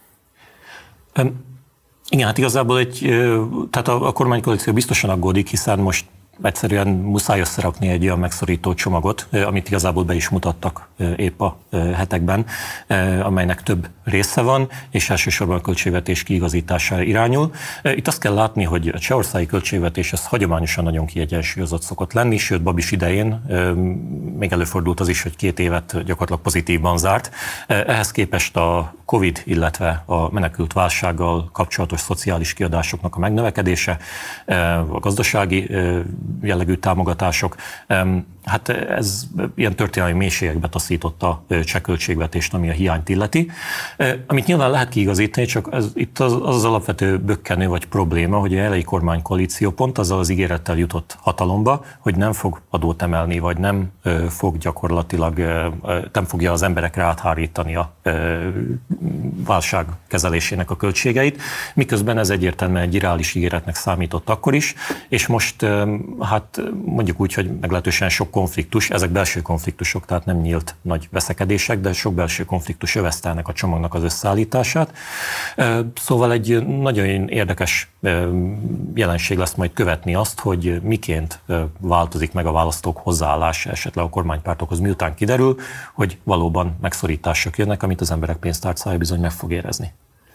Igen, hát igazából tehát a kormánykoalíció biztosan aggódik, hiszen most egyszerűen muszáj összerakni egy olyan megszorító csomagot, amit igazából be is mutattak épp a hetekben, amelynek több része van, és elsősorban a költségvetés kiigazítására irányul. Itt azt kell látni, hogy a csehországi költségvetés ez hagyományosan nagyon kiegyensúlyozott szokott lenni, sőt Babis idején még előfordult az is, hogy 2 évet gyakorlatilag pozitívban zárt. Ehhez képest a Covid, illetve a menekült válsággal kapcsolatos szociális kiadásoknak a megnövekedése, a gazdasági jellegű támogatások, hát ez ilyen történelmi mélységekbe taszította a cseh költségvetést, ami a hiányt illeti. Amit nyilván lehet kiigazítani, csak itt az alapvető bökkenő vagy probléma, hogy a jelenlegi kormánykoalíció pont azzal az ígérettel jutott hatalomba, hogy nem fog adót emelni, vagy nem fog gyakorlatilag, nem fogja az emberekre áthárítani a válság kezelésének a költségeit, miközben ez egyértelműen egy irreális ígéretnek számított akkor is, és most hát mondjuk úgy, hogy meglehetősen sok konfliktus, ezek belső konfliktusok, tehát nem nyílt nagy veszekedések, de sok belső konfliktus övezte ennek a csomagnak az összeállítását. Szóval egy nagyon érdekes jelenség lesz majd követni azt, hogy miként változik meg a választók hozzáállása esetleg a kormánypártokhoz, miután kiderül, hogy valóban megszorítások jönnek, amit az emberek pénztárcája bizony meg fog érezni.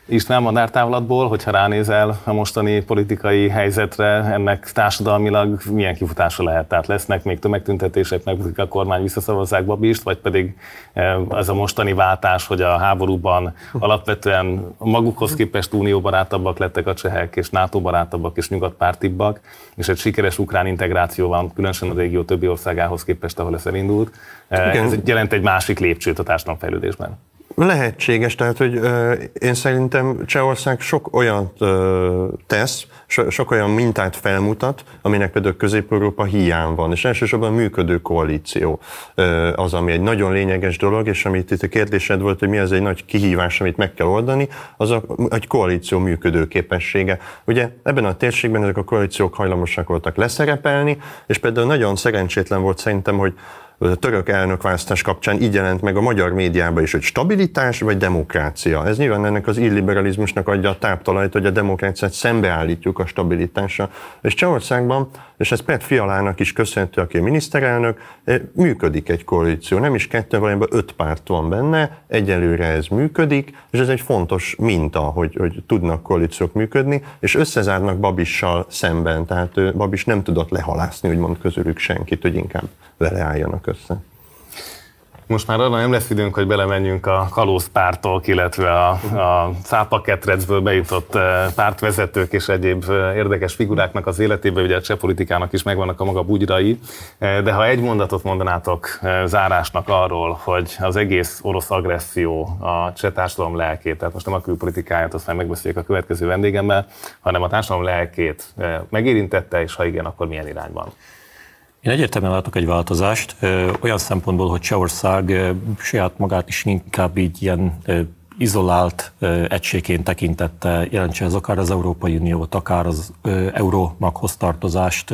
István, madártávlatból, hogyha ránézel a mostani politikai helyzetre, ennek társadalmilag milyen kifutása lehet? Tehát lesznek még tömegtüntetések, meg a kormány visszaszavazzák Babist, vagy pedig ez a mostani váltás, hogy a háborúban alapvetően magukhoz képest unióbarátabbak lettek a csehek, és NATO-barátabbak, és nyugatpártibbak, és egy sikeres ukrán integráció van, különösen a régió többi országához képest, ahol ez elindult. Ez jelent egy másik lépcsőt a társadalomfejlődésben.
Lehetséges, tehát hogy én szerintem Csehország sok olyan tesz, sok olyan mintát felmutat, aminek például Közép-Európa hiány van, és elsősorban működő koalíció az, ami egy nagyon lényeges dolog, és amit itt a kérdésed volt, hogy mi az egy nagy kihívás, amit meg kell oldani, az egy koalíció működő képessége. Ugye ebben a térségben ezek a koalíciók hajlamosak voltak leszerepelni, és például nagyon szerencsétlen volt szerintem, hogy a török elnökválasztás kapcsán így jelent meg a magyar médiában is, hogy stabilitás vagy demokrácia. Ez nyilván ennek az illiberalizmusnak adja a táptalajt, hogy a demokráciát szembeállítjuk a stabilitással. És Csehországban, és ez Petr Fialának is köszönhető, aki a miniszterelnök, működik egy koalíció. Nem is 2, valójában 5 párt van benne, egyelőre ez működik, és ez egy fontos minta, hogy tudnak koalíciók működni, és összezárnak Babissal szemben. Tehát Babis nem tudott lehalászni, úgymond közülük senkit, hogy inkább vele álljanak össze.
Most már arra nem lesz időnk, hogy belemenjünk a kalózpártok, illetve a cápaketrecből bejutott pártvezetők és egyéb érdekes figuráknak az életébe, ugye a cseh politikának is megvannak a maga bugyrai, de ha egy mondatot mondanátok zárásnak arról, hogy az egész orosz agresszió a cseh társadalom lelkét, tehát most nem a külpolitikáját, azt már megbeszéljük a következő vendégemmel, hanem a társadalom lelkét megérintette, és ha igen, akkor milyen irányban?
Én egyértelműen látok egy változást, olyan szempontból, hogy Csehország saját magát is inkább így ilyen izolált egységként tekintette, jelentse ez akár az Európai Uniót, akár az Euromaghoz tartozást,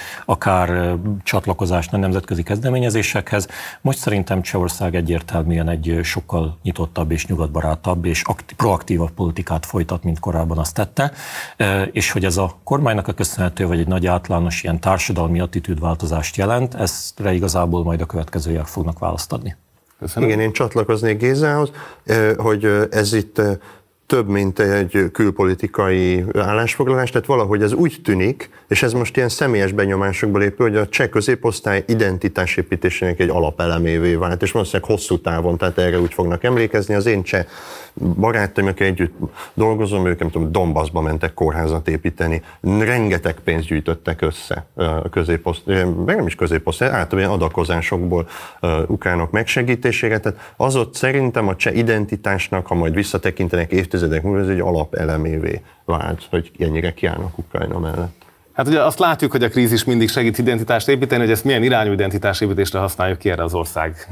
akár csatlakozást a nemzetközi kezdeményezésekhez. Most szerintem Csehország egyértelműen egy sokkal nyitottabb és nyugatbarátabb és proaktívabb politikát folytat, mint korábban azt tette, és hogy ez a kormánynak a köszönhető, vagy egy nagy általános ilyen társadalmi attitűdváltozást jelent, ezre igazából majd a következőek fognak választ adni.
Köszönöm. Igen, én csatlakoznék Gézához, hogy ez itt több, mint egy külpolitikai állásfoglalás, tehát valahogy ez úgy tűnik, és ez most ilyen személyes benyomásokból épül, hogy a cseh középosztály identitásépítésének egy alapelemévé vált, és valószínűleg hosszú távon, tehát erre úgy fognak emlékezni. Az én cseh barátaim, akik együtt dolgozom, ők nem tudom, Donbassba mentek kórházat építeni, rengeteg pénzt gyűjtöttek össze a középosztály, meg nem is középosztály, általában adakozásokból ukránok megsegítésére, tehát az ott szerintem a cseh identitásnak, ha majd visszatekintenek évtizedek múlva, ez egy alapelemévé vált, hogy ennyire kiállnak Ukrajna mellett.
Hát ugye azt látjuk, hogy a krízis mindig segít identitást építeni, hogy ezt milyen irányú identitásépítésre használjuk ki, erre az ország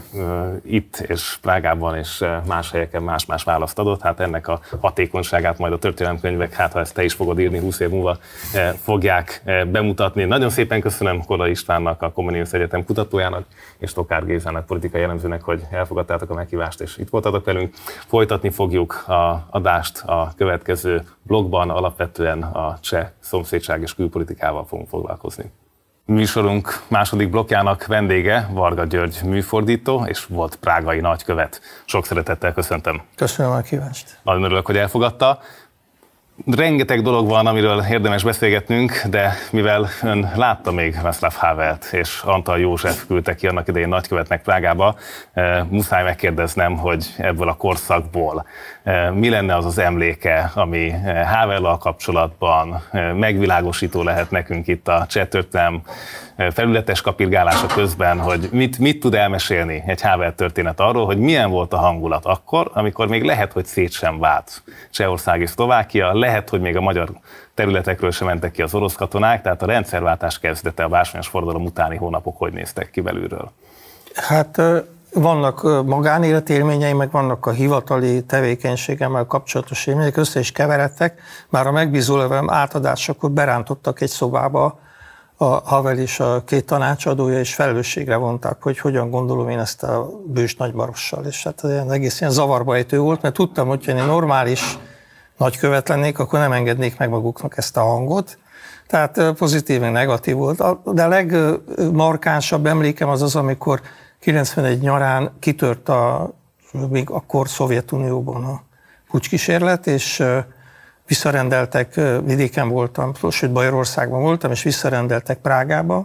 itt és Prágában és más helyeken más választ adott. Hát ennek a hatékonyságát majd a történelemkönyvek, hát ha ezt te is fogod írni 20 év múlva, fogják bemutatni. Nagyon szépen köszönöm Koda Istvánnak, a Comenius Egyetem kutatójának, és Tokár Gézának, politikai elemzőnek, hogy elfogadtátok a meghívást, és itt voltatok velünk. Folytatni fogjuk az adást a következő blogban, alapvetően a cseh szomszédság és külpolitikával fogunk foglalkozni. Műsorunk második blokkjának vendége Varga György műfordító, és volt prágai nagykövet. Sok szeretettel köszöntöm.
Köszönöm a kívást.
Nagyon örülök, hogy elfogadta. Rengeteg dolog van, amiről érdemes beszélgetnünk, de mivel ön látta még Václav Havelt és Antal József küldte ki annak idején nagykövetnek Prágába, muszáj megkérdeznem, hogy ebből a korszakból mi lenne az az emléke, ami Havellal kapcsolatban megvilágosító lehet nekünk itt a cseh történelem felületes kapirgálása közben, hogy mit tud elmesélni egy Havel történet arról, hogy milyen volt a hangulat akkor, amikor még lehet, hogy szét sem vált Csehország és Szlovákia, lehet, hogy még a magyar területekről sem mentek ki az orosz katonák, tehát a rendszerváltás kezdete, a bársonyos forradalom utáni hónapok hogy néztek ki belülről?
Hát vannak magánéleti élményei, meg vannak a hivatali tevékenységemmel kapcsolatos élmények, össze is keveredtek, már a megbízólevem átadásakor berántottak egy szobába a Havel és a két tanácsadója, és felelősségre vonták, hogy hogyan gondolom én ezt a Bős Nagymarossal, és hát egész ilyen zavarba ejtő volt, mert tudtam, hogy én normális nagykövet lennék, akkor nem engednék meg maguknak ezt a hangot. Tehát pozitív, meg negatív volt. De a legmarkánsabb emlékem az, amikor 91 nyarán kitört még akkor Szovjetunióban a pucskísérlet, és visszarendeltek, vidéken voltam, sőt Bajorországban voltam, és visszarendeltek Prágába,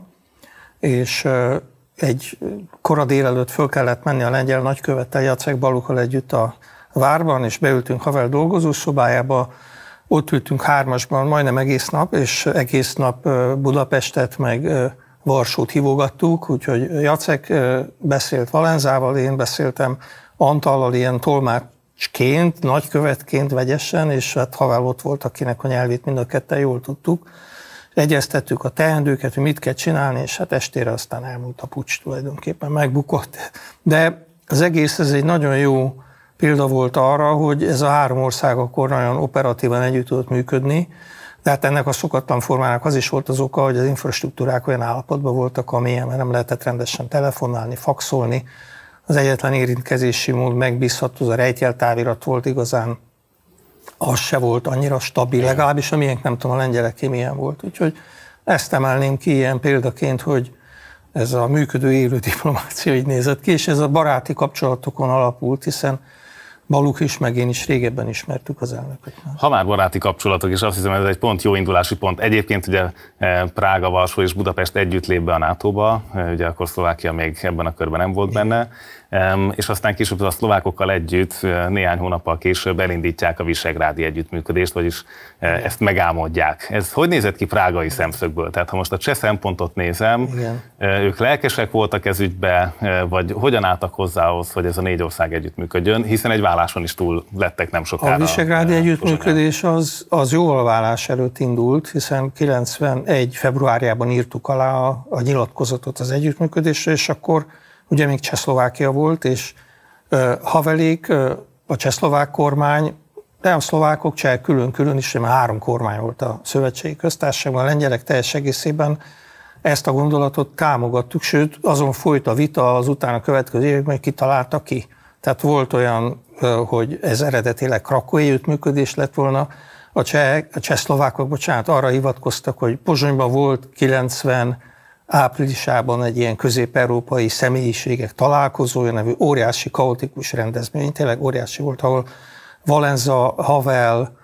és egy kora délelőtt föl kellett menni a lengyel nagykövettel, Jacek Balukkal együtt a várban, és beültünk Havel dolgozószobájába, ott ültünk hármasban majdnem egész nap, és egész nap Budapestet meg Varsót hívogattuk, úgyhogy Jacek beszélt Valenzával, én beszéltem Antallal ilyen tolmácsként, nagykövetként vegyesen, és hát Havel ott volt, akinek a nyelvét mind a ketten jól tudtuk. Egyeztettük a teendőket, hogy mit kell csinálni, és hát estére aztán elmúlt a puccs tulajdonképpen, megbukott. De az egész ez egy nagyon jó példa volt arra, hogy ez a három ország akkor nagyon operatívan együtt tudott működni, de hát ennek a szokatlan formának az is volt az oka, hogy az infrastruktúrák olyan állapotban voltak, amilyen nem lehetett rendesen telefonálni, faxolni. Az egyetlen érintkezési mód megbízható, az a rejtjeltávirat volt igazán, az se volt annyira stabil, legalábbis a miénk, nem tudom, a lengyeleké milyen volt. Úgyhogy ezt emelném ki ilyen példaként, hogy ez a működő élő diplomácia így nézett ki, és ez a baráti kapcsolatokon alapult, hiszen Baluk is, meg én is régebben ismertük az elnököt.
Ha már baráti kapcsolatok, és azt hiszem, ez egy pont jó indulási pont. Egyébként ugye Prága, Varsó és Budapest együtt lép be a NATO-ba, ugye akkor Szlovákia még ebben a körben nem volt benne, és aztán később a szlovákokkal együtt néhány hónappal később elindítják a visegrádi együttműködést, vagyis ezt megálmodják. Ez hogy nézett ki prágai szemszögből? Tehát ha most a cseh szempontot nézem, igen, ők lelkesek voltak ez ügybe, vagy hogyan álltak hozzá ahhoz, hogy ez a négy ország együttműködjön, hiszen egy válláson is túl lettek nem sokára.
A visegrádi együttműködés az jó a vállás előtt indult, hiszen 91. februárjában írtuk alá a nyilatkozatot az együttműködésre, és akkor ugye még Csehszlovákia volt, és Havelék, a csehszlovák kormány, de a szlovákok, cseh külön-külön is, mert 3 kormány volt a szövetségi köztársaságban, a lengyelek teljes egészében ezt a gondolatot támogattuk, sőt azon folyt a vita az utána következő években, hogy ki találta ki. Tehát volt olyan, hogy ez eredetileg krakói együttműködés lett volna, a csehszlovákok, arra hivatkoztak, hogy Pozsonyban volt 90 áprilisában egy ilyen közép-európai személyiségek találkozója, nevű óriási, kaotikus rendezvény, tényleg óriási volt, ahol Valenza, Havel,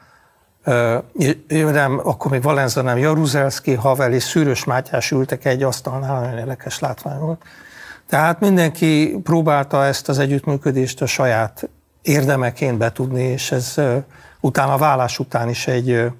akkor még Valenza nem, Jaruzelszky, Havel és Szűrös Mátyás ültek egy asztalnál, nagyon érdekes látvány volt. Tehát mindenki próbálta ezt az együttműködést a saját érdemeként betudni, és ez utána a vállás után is egy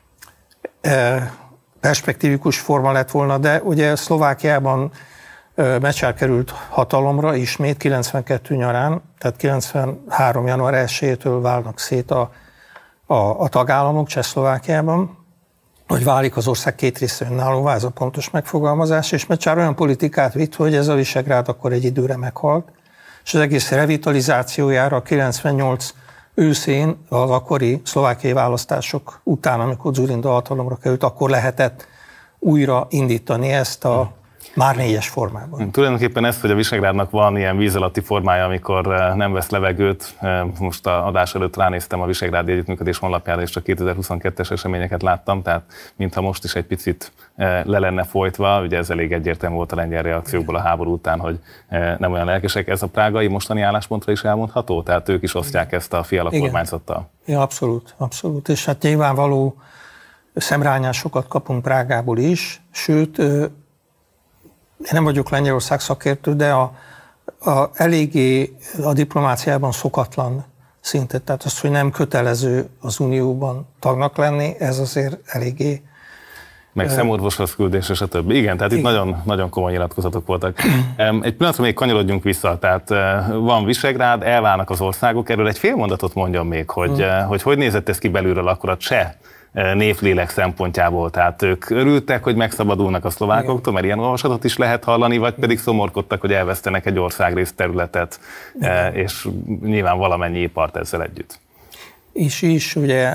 perspektívikus forma lett volna, de ugye Szlovákiában Mečiar került hatalomra ismét 92 nyarán, tehát 93. január 1-től válnak szét a tagállamok Csehszlovákiában, hogy válik az ország két része önállóvá, ez a pontos megfogalmazás, és Mečiar olyan politikát vitt, hogy ez a Visegrád akkor egy időre meghalt, és az egész revitalizációjára 98 őszén, az akkori szlovákiai választások után, amikor Dzurinda hatalomra került, akkor lehetett újra indítani ezt a már 4-es formában.
Tulajdonképpen ez, hogy a Visegrádnak van ilyen víz alatti formája, amikor nem vesz levegőt. Most a adás előtt ránéztem a Visegrádi Együttműködés honlapjára, és csak 2022-es eseményeket láttam, tehát mintha most is egy picit le lenne folytva. Ugye ez elég egyértelmű volt a lengyel reakciókból a háború után, hogy nem olyan lelkesek. Ez a prágai mostani álláspontra is elmondható? Tehát ők is osztják ezt a Fiala kormányzattal?
Ja, abszolút, abszolút. És hát nyilvánvaló szemrányásokat kapunk Prágából is, sőt, én nem vagyok Lengyelország szakértő, de eléggé a diplomáciában szokatlan szintet, tehát az, hogy nem kötelező az Unióban tagnak lenni, ez azért eléggé...
Meg szemorvoshoz küldés, stb. Igen, tehát itt nagyon, nagyon komoly nyilatkozatok voltak. Egy pillanatra még kanyarodjunk vissza, tehát van Visegrád, elválnak az országok, erről egy fél mondatot mondjam még, hogy nézett ez ki belülről akkor a cseh névlélek szempontjából, tehát ők örültek, hogy megszabadulnak a szlovákoktól, mert ilyen olvasatot is lehet hallani, vagy pedig szomorkodtak, hogy elvesztenek egy országrész területet, és nyilván valamennyi ipart ezzel együtt.
És ugye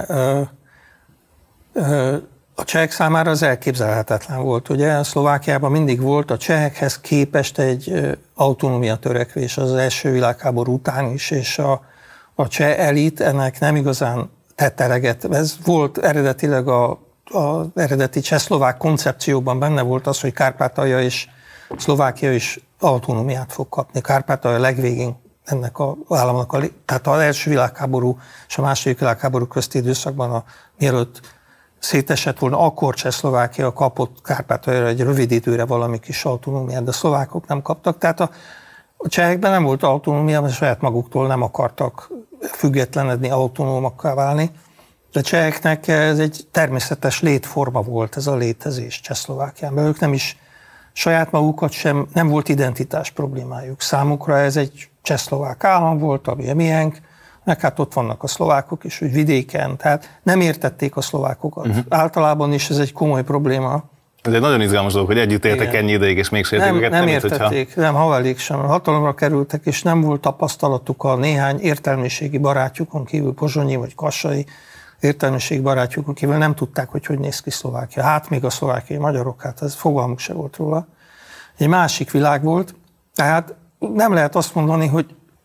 a csehek számára az elképzelhetetlen volt. Ugye Szlovákiában mindig volt a csehekhez képest egy autonómia törekvés az első világháború után is, és a cseh elit ennek nem igazán tett eleget. Ez volt eredetileg az eredeti csehszlovák koncepcióban benne volt az, hogy Kárpátalja és Szlovákia is autonómiát fog kapni. Kárpátalja legvégén ennek az államnak, tehát az első világháború és a második világháború közti időszakban, mielőtt szétesett volna, akkor Csehszlovákia kapott Kárpátaljára egy rövid időre valami kis autonómiát, de a szlovákok nem kaptak. Tehát a csehekben nem volt autonómia, mert saját maguktól nem akartak függetlenedni, autonómakká válni. De cseheknek ez egy természetes létforma volt, ez a létezés Csehszlovákiában. Ők nem is saját magukat sem, nem volt identitás problémájuk. Számukra ez egy csehszlovák állam volt, ami a miénk, meg hát ott vannak a szlovákok is, hogy vidéken, tehát nem értették a szlovákokat. Általában is ez egy komoly probléma.
Ez egy nagyon izgalmas dolog, hogy együtt éltek ennyi ideig, és még sérték őket.
Nem értették, nem, havelik sem. Hatalomra kerültek, és nem volt tapasztalatuk a néhány értelmiségi barátjukon kívül, pozsonyi vagy kassai értelmiségi barátjukon kívül nem tudták, hogy néz ki Szlovákia. Hát még a szlovákiai magyarok, hát ez fogalmuk se volt róla. Egy másik világ volt, tehát nem lehet azt mondani, hogy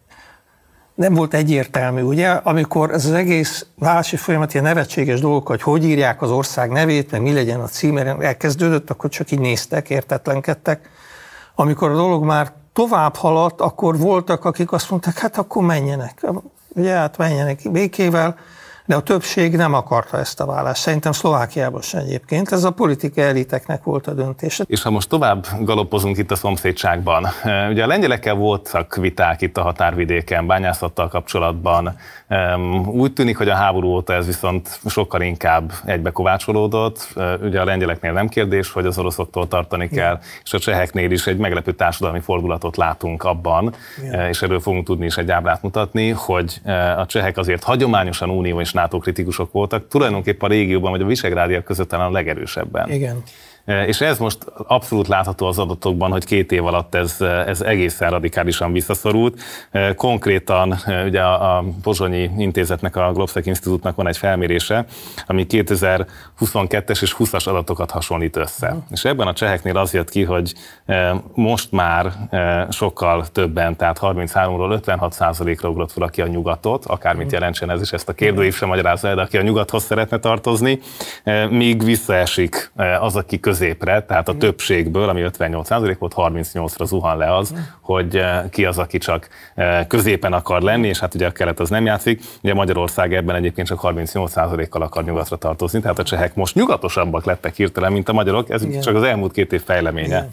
nem volt egyértelmű, ugye, amikor ez az egész válási folyamat ilyen nevetséges dolgok, hogy írják az ország nevét, meg mi legyen a címe, elkezdődött, akkor csak így néztek, értetlenkedtek. Amikor a dolog már tovább haladt, akkor voltak, akik azt mondták, hát akkor menjenek. Ugye, hát menjenek békével, de a többség nem akarta ezt a válást. Szerintem Szlovákiában sem egyébként. Ez a politikai eliteknek volt a döntése.
És ha most tovább galopozunk itt a szomszédságban, ugye a lengyelekkel voltak viták itt a határvidéken, bányászattal kapcsolatban. Úgy tűnik, hogy a háború óta ez viszont sokkal inkább egybekovácsolódott. Ugye a lengyeleknél nem kérdés, hogy az oroszoktól tartani kell, és a cseheknél is egy meglepő társadalmi fordulatot látunk abban, és erről fogunk tudni is egy ábrát mutatni, hogy a csehek azért hagyományosan unió és NATO kritikusok voltak, tulajdonképpen a régióban vagy a visegrádiak között talán a legerősebben.
Igen.
És ez most abszolút látható az adatokban, hogy 2 év alatt ez egészen radikálisan visszaszorult. Konkrétan ugye a Pozsonyi Intézetnek, a Globsec Institute-nak van egy felmérése, ami 2022-es és 20-as adatokat hasonlít össze. És ebben a cseheknél az jött ki, hogy most már sokkal többen, tehát 33-ról 56%-ra ugrott fel, aki a nyugatot, akármit jelentsen ez is, ezt a kérdőív sem magyarázza el, de aki a nyugathoz szeretne tartozni, míg visszaesik az, aki középre, tehát a többségből, ami 58% volt, 38-ra zuhan le az, hogy ki az, aki csak középen akar lenni, és hát ugye a kelet az nem játszik. Ugye Magyarország ebben egyébként csak 38%-kal akar nyugatra tartozni, tehát a csehek most nyugatosabbak lettek hirtelen, mint a magyarok, ez csak az elmúlt 2 év fejleménye.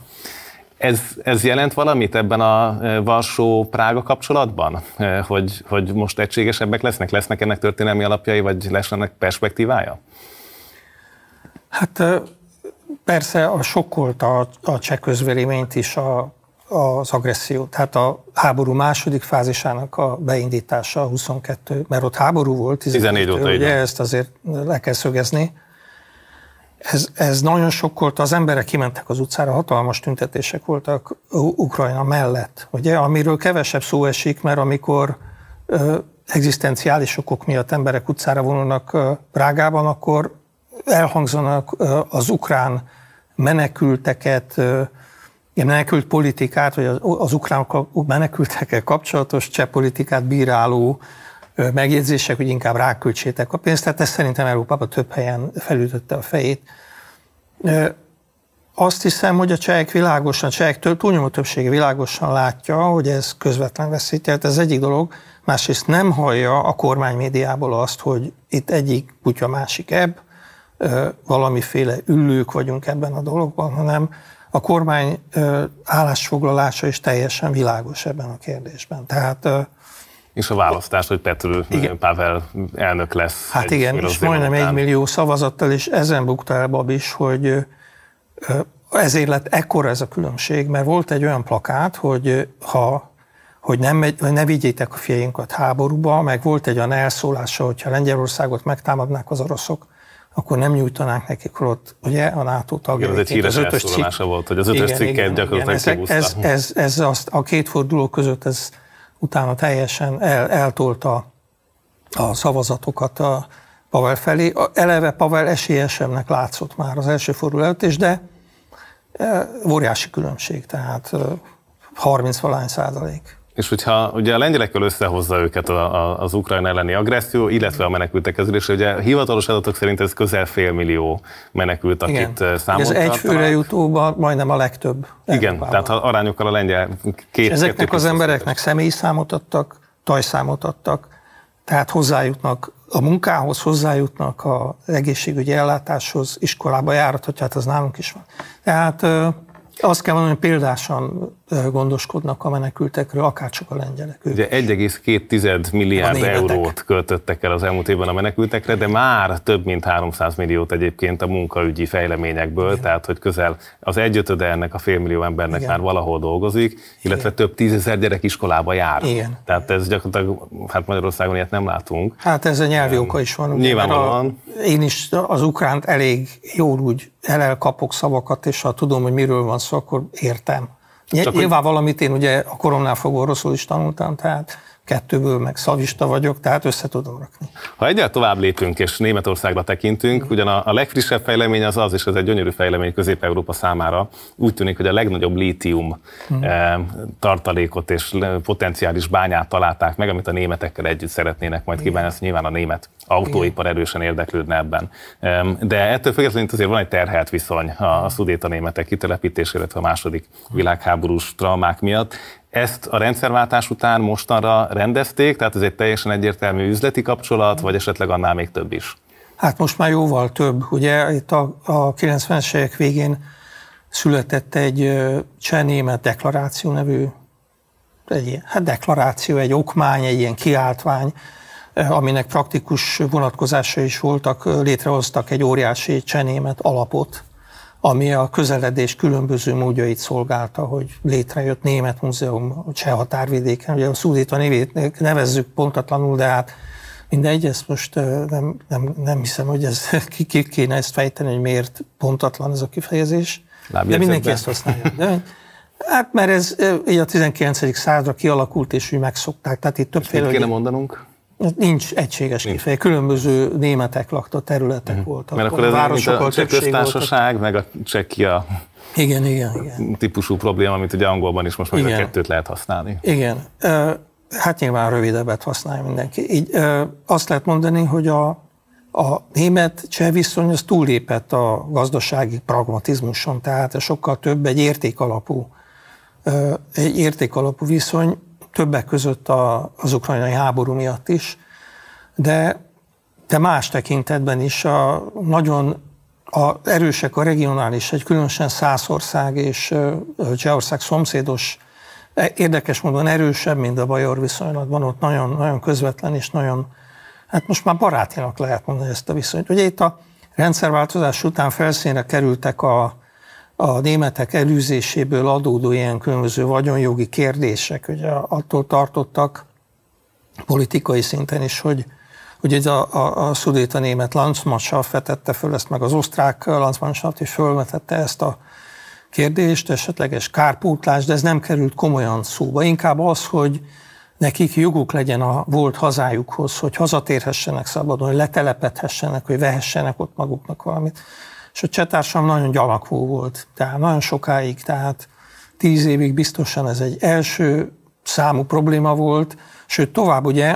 Ez jelent valamit ebben a Varsó-Prága kapcsolatban? Hogy most egységesebbek lesznek? Lesznek ennek történelmi alapjai, vagy lesz ennek perspektívája?
Hát persze sokkolta a cseh közvéleményt is az agresszió. Tehát a háború második fázisának a beindítása, 22, mert ott háború volt,
14 óta,
ugye ezt azért le kell szögezni. Ez nagyon sokkolta, az emberek kimentek az utcára, hatalmas tüntetések voltak Ukrajna mellett, ugye, amiről kevesebb szó esik, mert amikor egzisztenciális okok miatt emberek utcára vonulnak Prágában, akkor elhangzanak az ukrán menekülteket, menekült politikát, vagy az ukrán menekültekkel kapcsolatos cseh politikát bíráló megjegyzések, hogy inkább ráköltsétek a pénzt. Tehát ez szerintem Európában több helyen felütötte a fejét. Azt hiszem, hogy a csehek világosan, a csehek túlnyomó többsége világosan látja, hogy ez közvetlen veszély. Tehát ez egyik dolog. Másrészt nem hallja a kormány médiából azt, hogy itt egyik kutya, másik ebb, valamiféle üllők vagyunk ebben a dologban, hanem a kormány állásfoglalása is teljesen világos ebben a kérdésben. Tehát,
és a választás, hogy Petr Pavel elnök lesz.
Hát igen, és majdnem 1 millió szavazattal, és ezen bukta el Babis, hogy ezért lett ekkora ez a különbség, mert volt egy olyan plakát, hogy ne vigyétek a fiainkat háborúba, meg volt egy olyan elszólása, hogyha Lengyelországot megtámadnák az oroszok, akkor nem nyújtanánk nekik ott, ugye, a NATO tagjai.
Ez egy híres elszólása volt, hogy az 5-ös cikket gyakorlatilag kihúzta.
Ez azt a 2 forduló között ez utána teljesen eltolta a szavazatokat a Pavel felé. Eleve Pavel esélyesebbnek látszott már az első forduló előtt is, de óriási különbség, tehát 30-valány %.
És hogyha ugye a lengyelekkel összehozza őket az Ukrajna elleni agresszió, illetve a menekültek kezelése, ugye a hivatalos adatok szerint ez közel 500 000 menekült, akit számon tartanak.
Ez egyfőre jutóban majdnem a legtöbb.
Igen,
Európában.
tehát arányokkal a lengyel
ezeknek az embereknek személyi számot adtak, tajszámot adtak, tehát hozzájutnak a munkához, hozzájutnak az egészségügyi ellátáshoz, iskolába járat, hát az nálunk is van. Tehát azt kell mondani, hogy példásan gondoskodnak a menekültekről, akárcsak a lengyelek.
Ugye 1,2 milliárd eurót költöttek el az elmúlt évben a menekültekre, de már több mint 300 milliót egyébként a munkaügyi fejleményekből, igen. Tehát hogy közel az 1/5 ennek a 500 000 embernek igen. Már valahol dolgozik, illetve igen. Több 10 000 gyerek iskolába jár. Igen. Tehát ez gyakorlatilag, hát Magyarországon ilyet nem látunk.
Hát ez a nyelvi oka is van.
Nyilvánvalóan.
Én is az ukránt elég jól úgy elkapok szavakat, és ha tudom, hogy miről van szó, akkor értem. Nyilván valamit én ugye a koromnál fogva oroszul is tanultam, tehát 2-ből meg szavista vagyok, tehát össze tudom rakni.
Ha egyáltalán tovább lépünk és Németországra tekintünk, ugyan a legfrissebb fejlemény az, és ez egy gyönyörű fejlemény Közép-Európa számára, úgy tűnik, hogy a legnagyobb lítium tartalékot és potenciális bányát találták meg, amit a németekkel együtt szeretnének majd kibányászni. Nyilván a német autóipar erősen érdeklődne ebben. De ettől függetlenül azért van egy terhelt viszony a szudéta-németek kitelepítésére, illetve a második világháborús traumák miatt. Ezt a rendszerváltás után mostanra rendezték, tehát ez egy teljesen egyértelmű üzleti kapcsolat, vagy esetleg annál még több is? Hát
most már jóval több. Ugye itt a 90-es évek végén született egy cseh-német deklaráció nevű, deklaráció, egy okmány, egy ilyen kiáltvány, aminek praktikus vonatkozásai is voltak, létrehoztak egy óriási cseh-német alapot, ami a közeledés különböző módjait szolgálta, hogy létrejött német múzeum a cseh határvidéken. Ugye a Szudéta névét nevezzük pontatlanul, de hát mindegy, ezt most nem hiszem, hogy ez ki kéne ezt fejteni, hogy miért pontatlan ez a kifejezés. De mindenki ezt használja. De, hát mert ez így a 19. századra kialakult, és úgy megszokták. Tehát itt többféle...
Mit kéne mondanunk?
Nincs egységes kifejezés. Különböző németek lakta területek voltak.
Mert akkor ez a cseh köztársaság, meg a Csehia
igen.
típusú probléma, amit ugye angolban is most meg a kettőt lehet használni.
Igen. Hát nyilván rövidebbet használja mindenki. Így azt lehet mondani, hogy a német-cseh viszony az túllépett a gazdasági pragmatizmuson, tehát sokkal több egy értékalapú viszony, többek között az ukrajnai háború miatt is, de más tekintetben is nagyon erősek a regionális, különösen Szászország és Csehország szomszédos, érdekes módon erősebb, mint a bajor viszonylatban, ott nagyon, nagyon közvetlen és nagyon, hát most már barátinak lehet mondani ezt a viszonyt. Ugye itt a rendszerváltozás után felszínre kerültek a németek elűzéséből adódó ilyen különböző vagyonjogi kérdések, ugye attól tartottak politikai szinten is, hogy a szudéta német Landsmannschaft vetette föl ezt, meg az osztrák Landsmannschaft is fölvetette ezt a kérdést, esetleges kárpótlás, de ez nem került komolyan szóba. Inkább az, hogy nekik joguk legyen a volt hazájukhoz, hogy hazatérhessenek szabadon, hogy letelepedhessenek, hogy vehessenek ott maguknak valamit. És a csehtársam nagyon gyanakvó volt, tehát nagyon sokáig, tehát 10 évig biztosan ez egy első számú probléma volt, sőt tovább ugye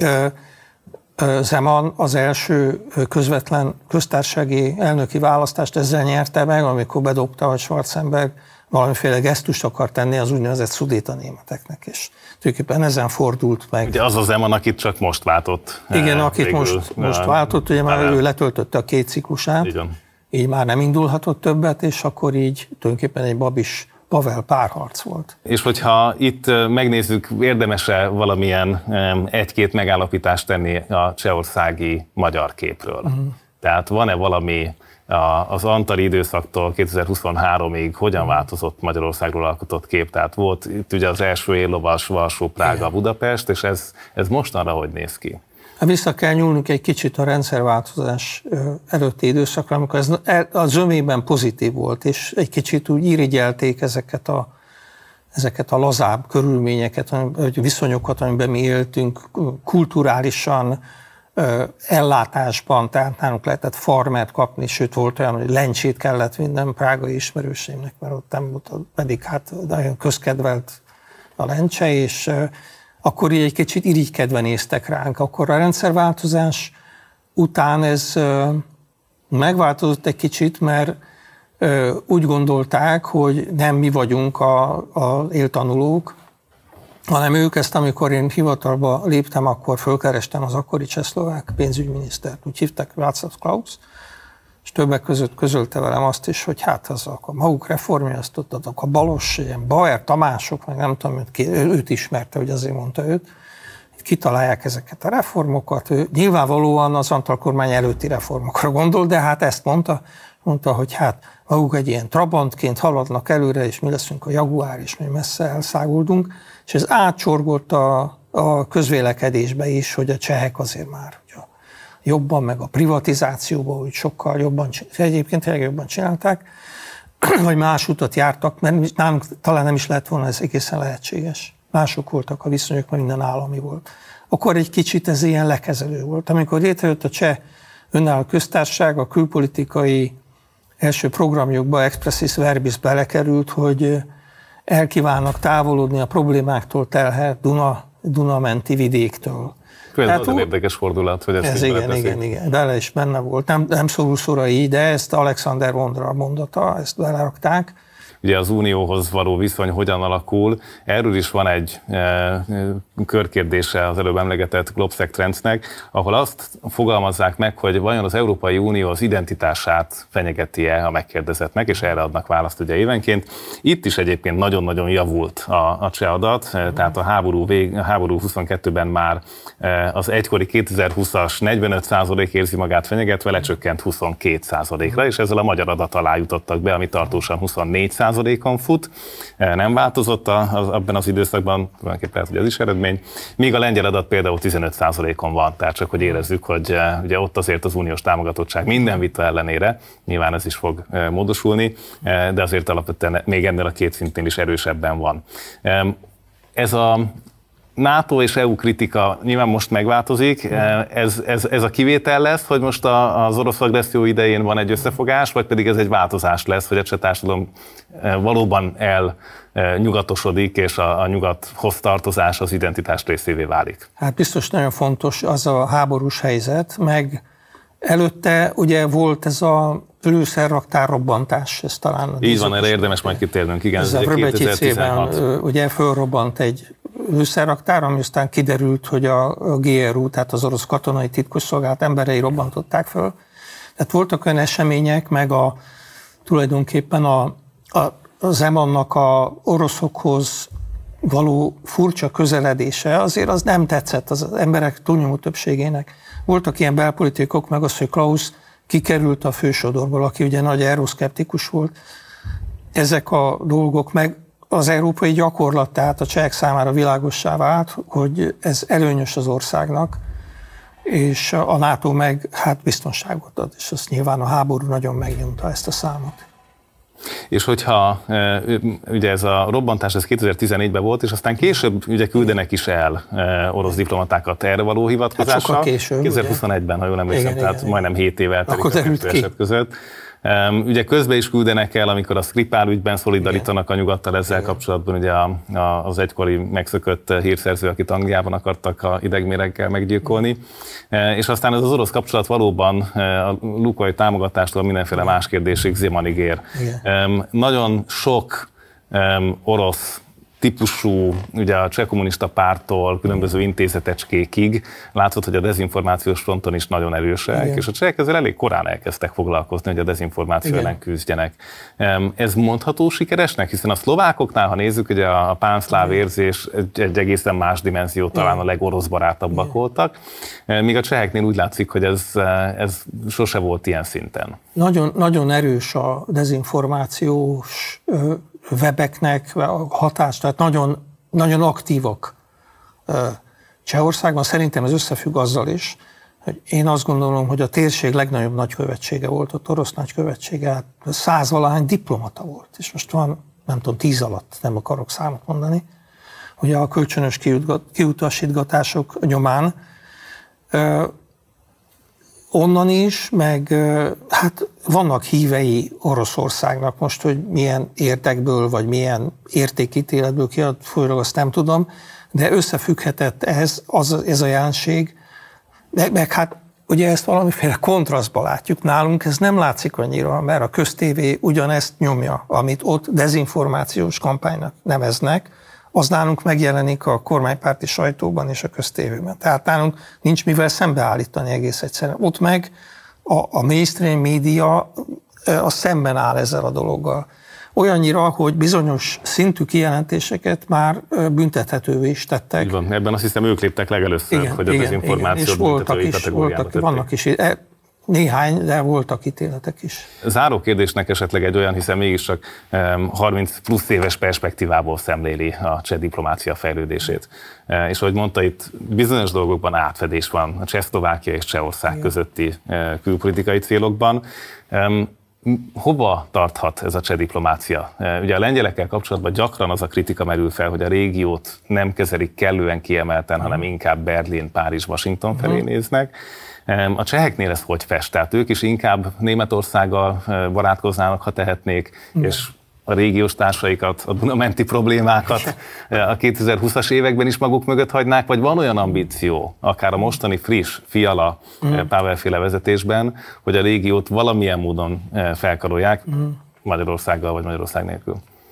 Zeman az első közvetlen köztársasági elnöki választást ezzel nyerte meg, amikor bedobta, hogy Schwarzenberg valamiféle gesztust akar tenni az úgynevezett szudéta németeknek, és tulajdonképpen ezen fordult meg.
Ugye az a Zeman, akit csak most váltott.
Igen, akit most váltott, ugye már ő letöltötte a 2 ciklusát.
Igen.
Így már nem indulhatott többet, és akkor így tulajdonképpen egy Babis-Pavel párharc volt.
És hogyha itt megnézzük, érdemes-e valamilyen 1-2 megállapítást tenni a csehországi magyar képről? Tehát van-e valami az antari időszaktól 2023-ig hogyan változott Magyarországról alkotott kép? Tehát volt itt ugye az első éllovas Varsó, Prága, Budapest, és ez mostanra hogy néz ki?
Vissza kell nyúlnunk egy kicsit a rendszerváltozás előtti időszakra, amikor ez a zömében pozitív volt, és egy kicsit úgy irigyelték ezeket a lazább körülményeket, viszonyokat, amiben mi éltünk, kulturálisan, ellátásban, tehát nálunk lehetett farmert kapni, sőt volt olyan, hogy lencsét kellett vinnem prágai ismerőseimnek, mert ott nem volt, pedig hát nagyon közkedvelt a lencse, és akkor így egy kicsit irigykedve néztek ránk. Akkor a rendszerváltozás után ez megváltozott egy kicsit, mert úgy gondolták, hogy nem mi vagyunk a éltanulók, hanem ők ezt, amikor én hivatalba léptem, akkor fölkerestem az akkori csehszlovák pénzügyminisztert, úgy hívták, Václav Klaus, és többek között közölte velem azt is, hogy hát azok a maguk reformja, azt a Balos, ilyen Bauer Tamások, meg nem tudom, őt ismerte, hogy azért mondta őt, kitalálják ezeket a reformokat. Ő nyilvánvalóan az Antal kormány előtti reformokra gondol, de hát ezt mondta, hogy hát maguk egy ilyen trabantként haladnak előre, és mi leszünk a Jaguár, és mi messze elszáguldunk, és ez átcsorgott a közvélekedésbe is, hogy a csehek azért már jobban, meg a privatizációban, hogy sokkal jobban, egyébként jobban csinálták, vagy más utat jártak, mert nálunk talán nem is lett volna ez egészen lehetséges. Mások voltak a viszonyok, mert minden állami volt. Akkor egy kicsit ez ilyen lekezelő volt. Amikor létrejött a cseh önálló köztársaság, a külpolitikai első programjukba expressis verbis belekerült, hogy elkívánnak távolodni a problémáktól telhet Duna-menti vidéktől.
Ez nagyon érdekes fordulat, hogy ezt
igen, bele is benne volt. Nem szó így, de ezt Alexander Vondra mondata, ezt belerakták.
Ugye az unióhoz való viszony hogyan alakul, erről is van egy körkérdése az előbb emlegetett Globsec Trendsnek, ahol azt fogalmazzák meg, hogy vajon az Európai Unió az identitását fenyegeti-e a megkérdezettnek, és erre adnak választ ugye évenként. Itt is egyébként nagyon-nagyon javult a cseh adat, tehát a háború 22-ben már az egykori 2020-as 45% érzi magát fenyegetve, lecsökkent 22%-ra, és ezzel a magyar adat alá jutottak be, ami tartósan 24%-on fut, nem változott abban az időszakban, tulajdonképpen ez ugye az is eredmény, míg a lengyel adat például 15%-on van, tehát csak hogy érezzük, hogy ugye ott azért az uniós támogatottság minden vita ellenére, nyilván ez is fog módosulni, de azért alapvetően még ennél a két szintén is erősebben van. Ez a NATO és EU kritika nyilván most megváltozik, ez a kivétel lesz, hogy most az orosz agresszió idején van egy összefogás, vagy pedig ez egy változás lesz, hogy a cseh társadalom valóban elnyugatosodik, és a nyugathoz tartozás az identitás részévé válik? Hát
biztos nagyon fontos az a háborús helyzet, meg előtte ugye volt ez a lőszerraktár robbantás, ez talán...
Így van, erre érdemes majd kitérnünk, igen, ez 2016.
Ugye fölrobbant egy lőszerraktár, ami aztán kiderült, hogy a GRU, tehát az orosz katonai titkosszolgálat emberei robbantották föl. Tehát voltak olyan események, meg tulajdonképpen az Zemannak a oroszokhoz való furcsa közeledése, azért az nem tetszett az emberek túlnyomó többségének. Voltak ilyen belpolitikok, meg az, hogy Klaus kikerült a fősodorból, aki ugye nagy euroszkeptikus volt. Ezek a dolgok meg az európai gyakorlat, tehát a csehek számára világossá vált, hogy ez előnyös az országnak, és a NATO meg hát biztonságot ad, és azt nyilván a háború nagyon megnyomta ezt a számot.
És hogyha ugye ez a robbantás, ez 2014-ben volt, és aztán később ugye küldenek is el orosz diplomatákat erre való hivatkozással.
Hát később,
2021-ben, ha jól emlékszem, tehát majdnem 7 évvel telik a kettő eset között. Ugye közben is küldenek el, amikor a Skripal ügyben szolidarítanak a nyugattal ezzel kapcsolatban, ugye az egykori megszökött hírszerző, akit Angliában akartak a idegméreggel meggyilkolni. És aztán ez az orosz kapcsolat valóban a lukai támogatástól mindenféle más kérdésig Zemanig ér. Nagyon sok orosz típusú, ugye a cseh kommunista párttól különböző intézetecskékig látszott, hogy a dezinformációs fronton is nagyon erősek, és a csehek ezzel elég korán elkezdtek foglalkozni, hogy a dezinformáció ellen küzdjenek. Ez mondható sikeresnek? Hiszen a szlovákoknál, ha nézzük, hogy a pánszláv érzés egy egészen más dimenzió, talán a legoroszbarátabbak voltak, míg a cseheknél úgy látszik, hogy ez sose volt ilyen szinten.
Nagyon, nagyon erős a dezinformációs webeknek a hatás, tehát nagyon, nagyon aktívak Csehországban. Szerintem ez összefügg azzal is, hogy én azt gondolom, hogy a térség legnagyobb nagykövetsége volt, ott orosz nagykövetsége, hát 100-valahány diplomata volt, és most van, nem tudom, 10 alatt, nem akarok számot mondani, hogy a kölcsönös kiutasítgatások nyomán onnan is, meg hát vannak hívei Oroszországnak most, hogy milyen érdekből, vagy milyen értékítéletből kifolyólag, azt nem tudom, de összefügghetett ez a jelenség, meg hát ugye ezt valamiféle kontrasztba látjuk nálunk, ez nem látszik annyira, mert a köztévé ugyanezt nyomja, amit ott dezinformációs kampánynak neveznek, az nálunk megjelenik a kormánypárti sajtóban és a köztévében. Tehát nálunk nincs mivel szembeállítani egész egyszerűen. Ott meg a mainstream média az szemben áll ezzel a dologgal. Olyannyira, hogy bizonyos szintű kijelentéseket már büntethetővé is tettek.
Így van, ebben azt hiszem ők léptek legelőször,
igen,
hogy a dezinformáció büntetői kategóriába tették.
Vannak is, néhány, de voltak ítéletek is.
Záró kérdésnek esetleg egy olyan, hiszen mégiscsak 30 plusz éves perspektívából szemléli a cseh diplomácia fejlődését. És ahogy mondta, itt bizonyos dolgokban átfedés van a Csehszlovákia és Csehország közötti külpolitikai célokban. Hova tarthat ez a cseh diplomácia? Ugye a lengyelekkel kapcsolatban gyakran az a kritika merül fel, hogy a régiót nem kezelik kellően kiemelten, hanem inkább Berlin, Párizs, Washington felé néznek. A cseheknél ez hogy fest? Tehát ők is inkább Németországgal barátkoznának, ha tehetnék, és a régiós társaikat, a Duna-menti problémákat a 2020-as években is maguk mögött hagynák, vagy van olyan ambíció, akár a mostani friss Fiala Pável-féle vezetésben, hogy a régiót valamilyen módon felkarolják Magyarországgal vagy Magyarország nélkül?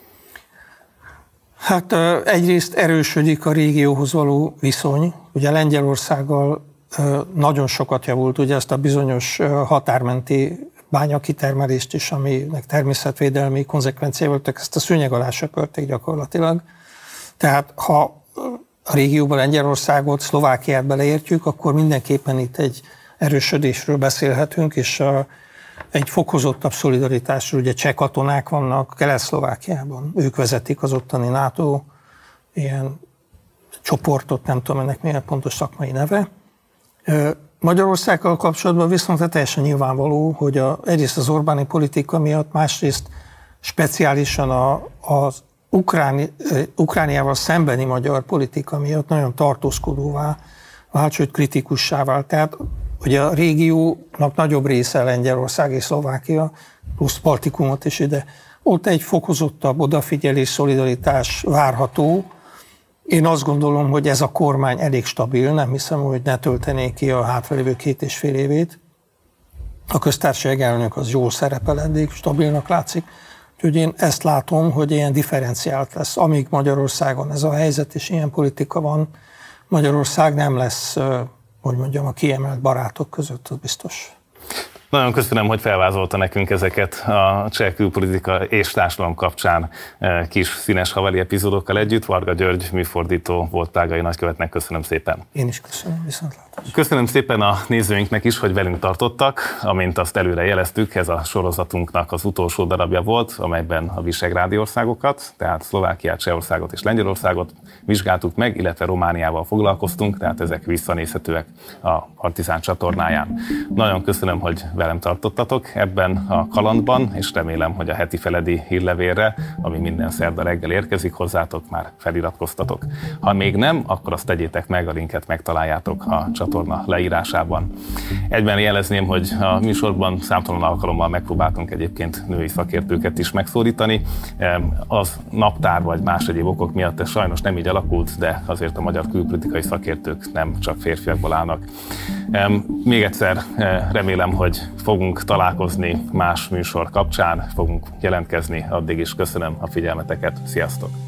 Hát egyrészt erősödik a régióhoz való viszony. Ugye Lengyelországgal nagyon sokat javult, ugye ezt a bizonyos határmenti bányakitermelést is, aminek természetvédelmi konzekvenciái voltak, ezt a szőnyeg alá söpörték gyakorlatilag. Tehát ha a régióban Lengyelországot, Szlovákiát beleértjük, akkor mindenképpen itt egy erősödésről beszélhetünk, és egy fokozottabb szolidaritásról. Ugye cseh katonák vannak Kelet-Szlovákiában, ők vezetik az ottani NATO ilyen csoportot, nem tudom ennek milyen pontos szakmai neve. Magyarországgal kapcsolatban viszont teljesen nyilvánvaló, hogy egyrészt az Orbáni politika miatt, másrészt speciálisan az Ukrániával szembeni magyar politika miatt nagyon tartózkodóvá vált, sőt kritikussá vált. Tehát ugye a régiónak nagyobb része Lengyelország és Szlovákia, plusz Baltikumot is ide. Ott egy fokozottabb odafigyelés, szolidaritás várható. Én azt gondolom, hogy ez a kormány elég stabil, nem hiszem, hogy ne töltené ki a hátralévő 2,5 évét. A köztársaság elnök az jól szerepel eddig, stabilnak látszik. Úgyhogy én ezt látom, hogy ilyen differenciált lesz. Amíg Magyarországon ez a helyzet és ilyen politika van, Magyarország nem lesz, hogy mondjam, a kiemelt barátok között, az biztos.
Nagyon köszönöm, hogy felvázolta nekünk ezeket a cseh külpolitika és társadalom kapcsán kis színes haveli epizódokkal együtt. Varga György műfordító volt prágai nagykövetnek, köszönöm szépen.
Én is köszönöm, viszontlátásra.
Köszönöm szépen a nézőinknek is, hogy velünk tartottak. Amint azt előre jeleztük, ez a sorozatunknak az utolsó darabja volt, amelyben a visegrádi országokat, tehát Szlovákiát, Csehországot és Lengyelországot vizsgáltuk meg, illetve Romániával foglalkoztunk, tehát ezek visszanézhetőek a Partizán csatornáján. Nagyon köszönöm, hogy velem tartottatok ebben a kalandban, és remélem, hogy a heti Feledi hírlevélre, ami minden szerda reggel érkezik hozzátok, már feliratkoztatok. Ha még nem, akkor azt tegyétek meg, a linket megtaláljátok a csatorna leírásában. Egyben jelezném, hogy a műsorban számtalan alkalommal megpróbáltunk egyébként női szakértőket is megszólítani. Az naptár vagy más egyéb okok miatt ez sajnos nem így alakult, de azért a magyar külpolitikai szakértők nem csak férfiakból állnak. Még egyszer remélem, hogy fogunk találkozni más műsor kapcsán, fogunk jelentkezni, addig is köszönöm a figyelmeteket, sziasztok!